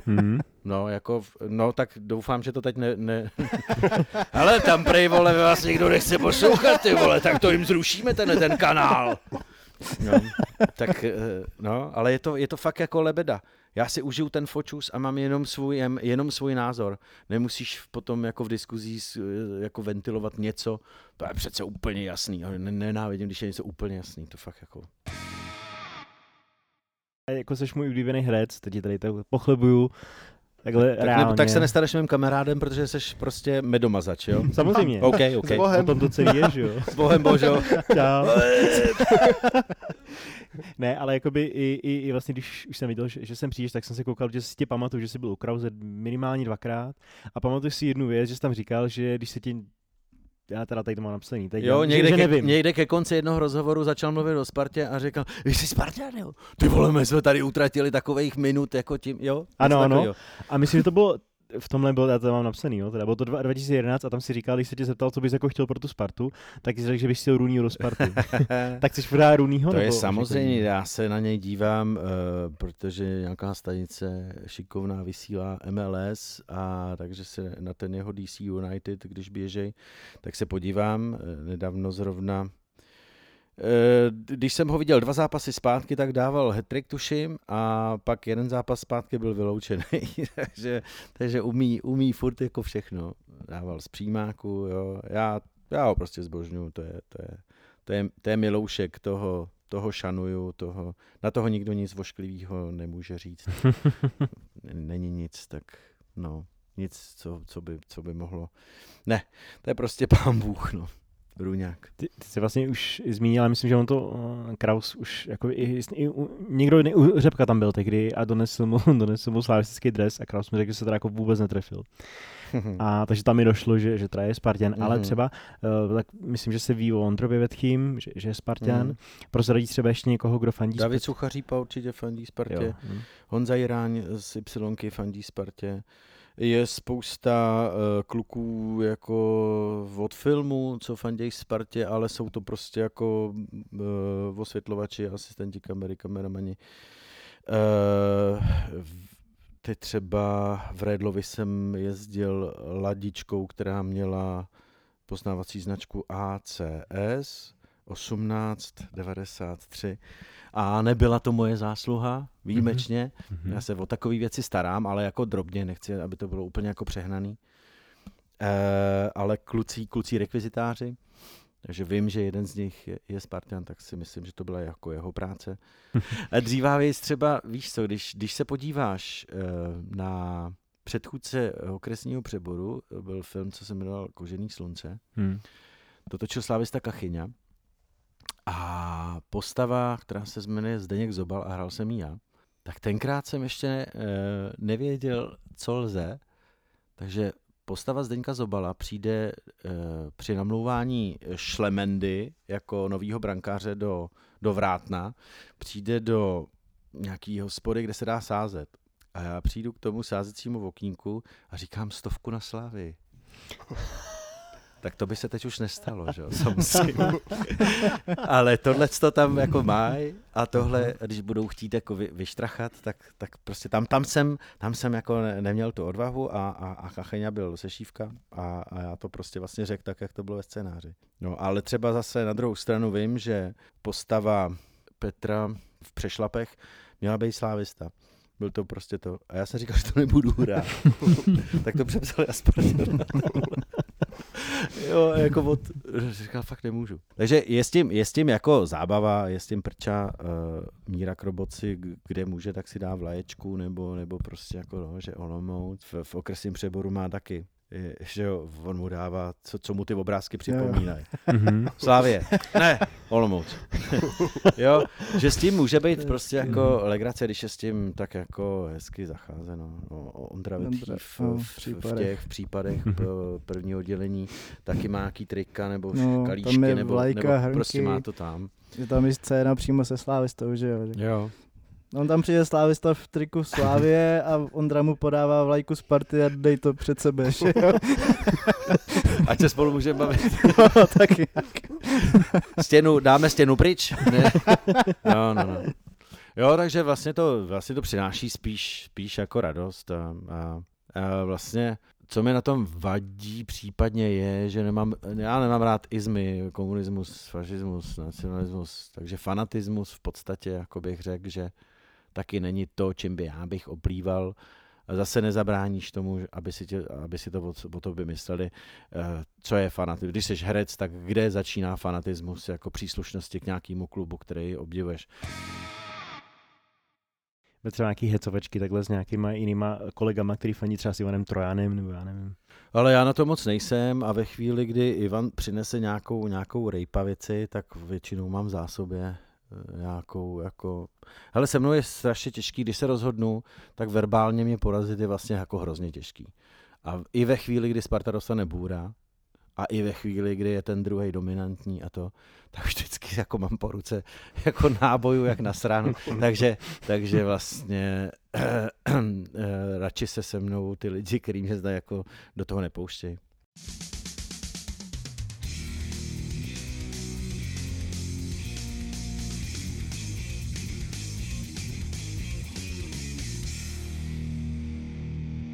E: No, tak doufám, že to teď ne... Ale tam prej, vole, vás někdo nechce poslouchat, ty vole, tak to jim zrušíme ten kanál. No, tak, no, ale je to fakt jako lebeda. Já si užiju ten Fočus a mám jenom svůj názor. Nemusíš potom jako v diskuzích jako ventilovat něco, to je přece úplně jasný. Nenávidím, když je něco úplně jasný, to fakt jako...
D: Jako jsi můj oblíbený herec, teď tady to pochlebuju. Takhle reálně.
E: Tak se nestaneš mým kamarádem, protože jsi prostě medomazač, jo?
D: Samozřejmě.
E: OK.
D: O tom to celý je, že jo?
E: S Bohem, božo.
D: Čau. Ne, ale jakoby i vlastně, když už jsem viděl, že sem přijdeš, tak jsem se koukal, že si tě pamatuju, že jsi byl u Krause minimálně 2krát a pamatuju si jednu věc, že jsi tam říkal, že když se ti já teda tady to mám napsaný.
E: Jo, někde ke konci jednoho rozhovoru začal mluvit o Spartě a říkal, vy jsi Spartan, jo? Ty vole, my jsme tady utratili takových minut jako tím, jo?
D: Ano. A myslím, že to bylo, v tomhle bylo, já to mám napsaný, jo? Teda bylo to 2011 a tam si říkal, když se tě zeptal, co bys jako chtěl pro tu Spartu, tak jsi řekl, že bys chtěl Rooneyho do Sparty. Tak chceš pořád Rooneyho?
E: To je samozřejmě, já se na něj dívám, protože nějaká stanice šikovná vysílá MLS a takže se na ten jeho DC United, když běžej, tak se podívám. Nedávno zrovna Když jsem ho viděl 2 zápasy zpátky, tak dával hat-trick, tuším, a pak 1 zápas zpátky byl vyloučený. takže umí furt jako všechno. Dával z přímáku, jo. Já ho prostě zbožňuju, to je miloušek, toho šanuju, na toho nikdo nic vošklivého nemůže říct. Není nic, tak no, nic, co by mohlo. Ne, to je prostě pán Bůh, no. Bruňák.
D: Ty jsi vlastně už zmínil, ale myslím, že on to Kraus už jako někdo u Řepka tam byl tehdy a donesl mu slavistický dres a Kraus mi řekl, že se teda jako vůbec netrefil. A takže tam mi došlo, že teda je Spartan, ale třeba tak myslím, že se ví o Ondrově Vetchým, že je Spartan. Prozradí třeba ještě někoho, kdo fandí Spartě.
E: David Suchařípa určitě fandí Spartě. Honza Jiráň z Ypsilonky fandí Spartě. Je spousta kluků jako od filmu, co fandějí Spartě, ale jsou to prostě jako osvětlovači, asistenti kamery, kameramani. Teď třeba v Redlovi jsem jezdil ladičkou, která měla poznávací značku ACS 1893 a nebyla to moje zásluha, výjimečně. Já se o takové věci starám, ale jako drobně, nechci, aby to bylo úplně jako přehnaný. Ale kluci rekvizitáři, takže vím, že jeden z nich je Spartan, tak si myslím, že to byla jako jeho práce. Dřívávějc třeba, víš co, když se podíváš na předchůdce okresního přeboru, byl film, co se jmenoval Kožený slunce, to točil slávista Kachyňa a postava, která se jmenuje Zdeněk Zobal a hrál jsem jí já, tak tenkrát jsem ještě nevěděl, co lze, takže postava Zdeňka Zobala přijde při namlouvání Šlemendy jako novýho brankáře do Vrátna, přijde do nějaký hospody, kde se dá sázet. A já přijdu k tomu sázecímu okýnku a říkám 100 na Slávy. Tak to by se teď už nestalo, že jo, samozřejmě. Ale tohleto tam jako mají a tohle, když budou chtít jako vyštrachat, tak prostě tam jsem jako neměl tu odvahu a Kachyňa byl sešívka a já to prostě vlastně řekl tak, jak to bylo ve scénáři. No, ale třeba zase na druhou stranu vím, že postava Petra v Přešlapech měla být slávista. Byl to prostě to. A já jsem říkal, že to nebudu hrát. Tak to přepsali a Spartan. Jo, jako říkal, fakt nemůžu. Takže je s tím jako zábava, je s tím prča. Míra Kroboci, kde může, tak si dá vlaječku, nebo prostě jako, no, že Olomouc. V okresním přeboru má taky. Že jo, on mu dává, co mu ty obrázky připomínají. Slávě. Ne, Olomouc. Jo, že s tím může být prostě jako legrace, když je s tím tak jako hezky zacházeno. Ondra Vetchý v případech prvního oddělení taky má nějaký trika nebo kalíšky, nebo prostě má to tam.
F: Je tam i scéna přímo se slávistou, že jo?
E: Jo.
F: On tam přijde slávista v triku Slávie a Ondra mu podává vlajku Sparty a dej to před sebe, že jo?
E: Ať se spolu můžeme bavit.
F: No, taky.
E: Dáme stěnu pryč? Ne. No. Jo, takže vlastně to přináší spíš jako radost a vlastně co mi na tom vadí případně je, že já nemám rád izmy, komunismus, fašismus, nacionalismus, takže fanatismus v podstatě, jako bych řekl, že taky není to, čím by já bych oplýval. Zase nezabráníš tomu, aby si to o tobě mysleli, co je fanatismus. Když jsi herec, tak kde začíná fanatismus jako příslušnosti k nějakému klubu, který obdivuješ?
D: Třeba nějaký hecovečky takhle s nějakýma jinýma kolegama, který fandí třeba s Ivanem Trojánem, nebo já nevím.
E: Ale já na to moc nejsem a ve chvíli, kdy Ivan přinese nějakou rejpavici, tak většinou mám v zásobě nějakou jako... Hele, se mnou je strašně těžký, když se rozhodnu, tak verbálně mě porazit je vlastně jako hrozně těžký. A i ve chvíli, kdy Sparta dostane bůra, a i ve chvíli, kdy je ten druhej dominantní a to, tak vždycky jako mám po ruce jako nábojů jak na sránu. Takže vlastně radši se mnou ty lidi, který mě zda jako do toho nepouštějí.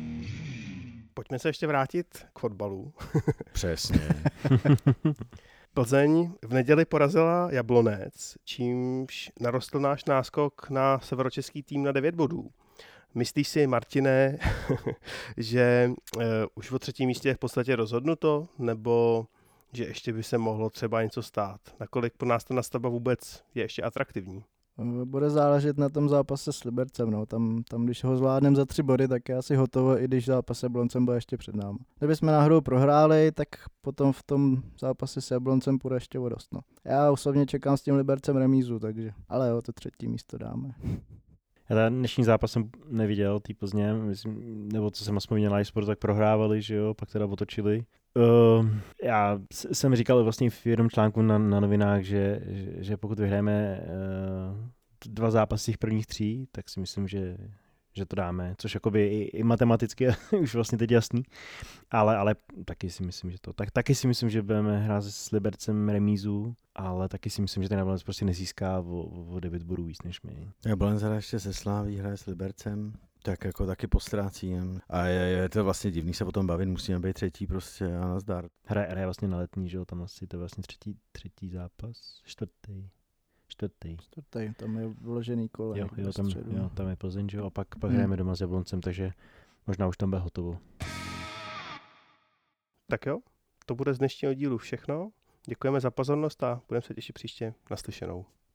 C: Pojďme se ještě vrátit k fotbalu.
E: Přesně.
C: Plzeň v neděli porazila Jablonec, čímž narostl náš náskok na severočeský tým na 9 bodů. Myslíš si, Martine, že už o 3. místě je v podstatě rozhodnuto, nebo že ještě by se mohlo třeba něco stát? Nakolik pro nás ta nastavba vůbec je ještě atraktivní?
F: Bude záležet na tom zápase s Libercem. No. Tam když ho zvládneme za 3 body, tak je asi hotovo, i když zápas s Jabloncem bude ještě před námi. Kdybychom náhodou prohráli, tak potom v tom zápase s Jabloncem půjde ještě o dost. No. Já osobně čekám s tím Libercem remízu, takže, ale jo, to 3. místo dáme.
D: Já ten dnešní zápas jsem neviděl, tý Plzně, myslím, nebo co jsem aspoň viděl na iSport, tak prohrávali, že jo, pak teda otočili. Já jsem říkal vlastně v jednom článku na novinách, že pokud vyhrajeme 2 zápasy z těch prvních 3, tak si myslím, že to dáme, což jakoby i matematicky už vlastně teď jasný, ale taky si myslím, že to. Taky si myslím, že budeme hrát s Libercem remízu, ale taky si myslím, že ten Jablonec prostě nezíská o 9 bodů víc než my.
E: Jablonec hraje ještě se Sláví, hraje s Libercem, tak jako taky postrácí. A je to vlastně divný se o tom bavit, musíme být 3. prostě a nazdar.
D: Hraje vlastně na Letní, že jo, tam asi to je vlastně třetí zápas, čtvrtý,
F: tam je vložený kole.
D: Jo, tam je Plzeň, že jo, a pak hrajeme doma s Jabloncem, takže možná už tam bude hotovo.
C: Tak jo, to bude z dnešního dílu všechno. Děkujeme za pozornost a budeme se těšit příště. Naslyšenou.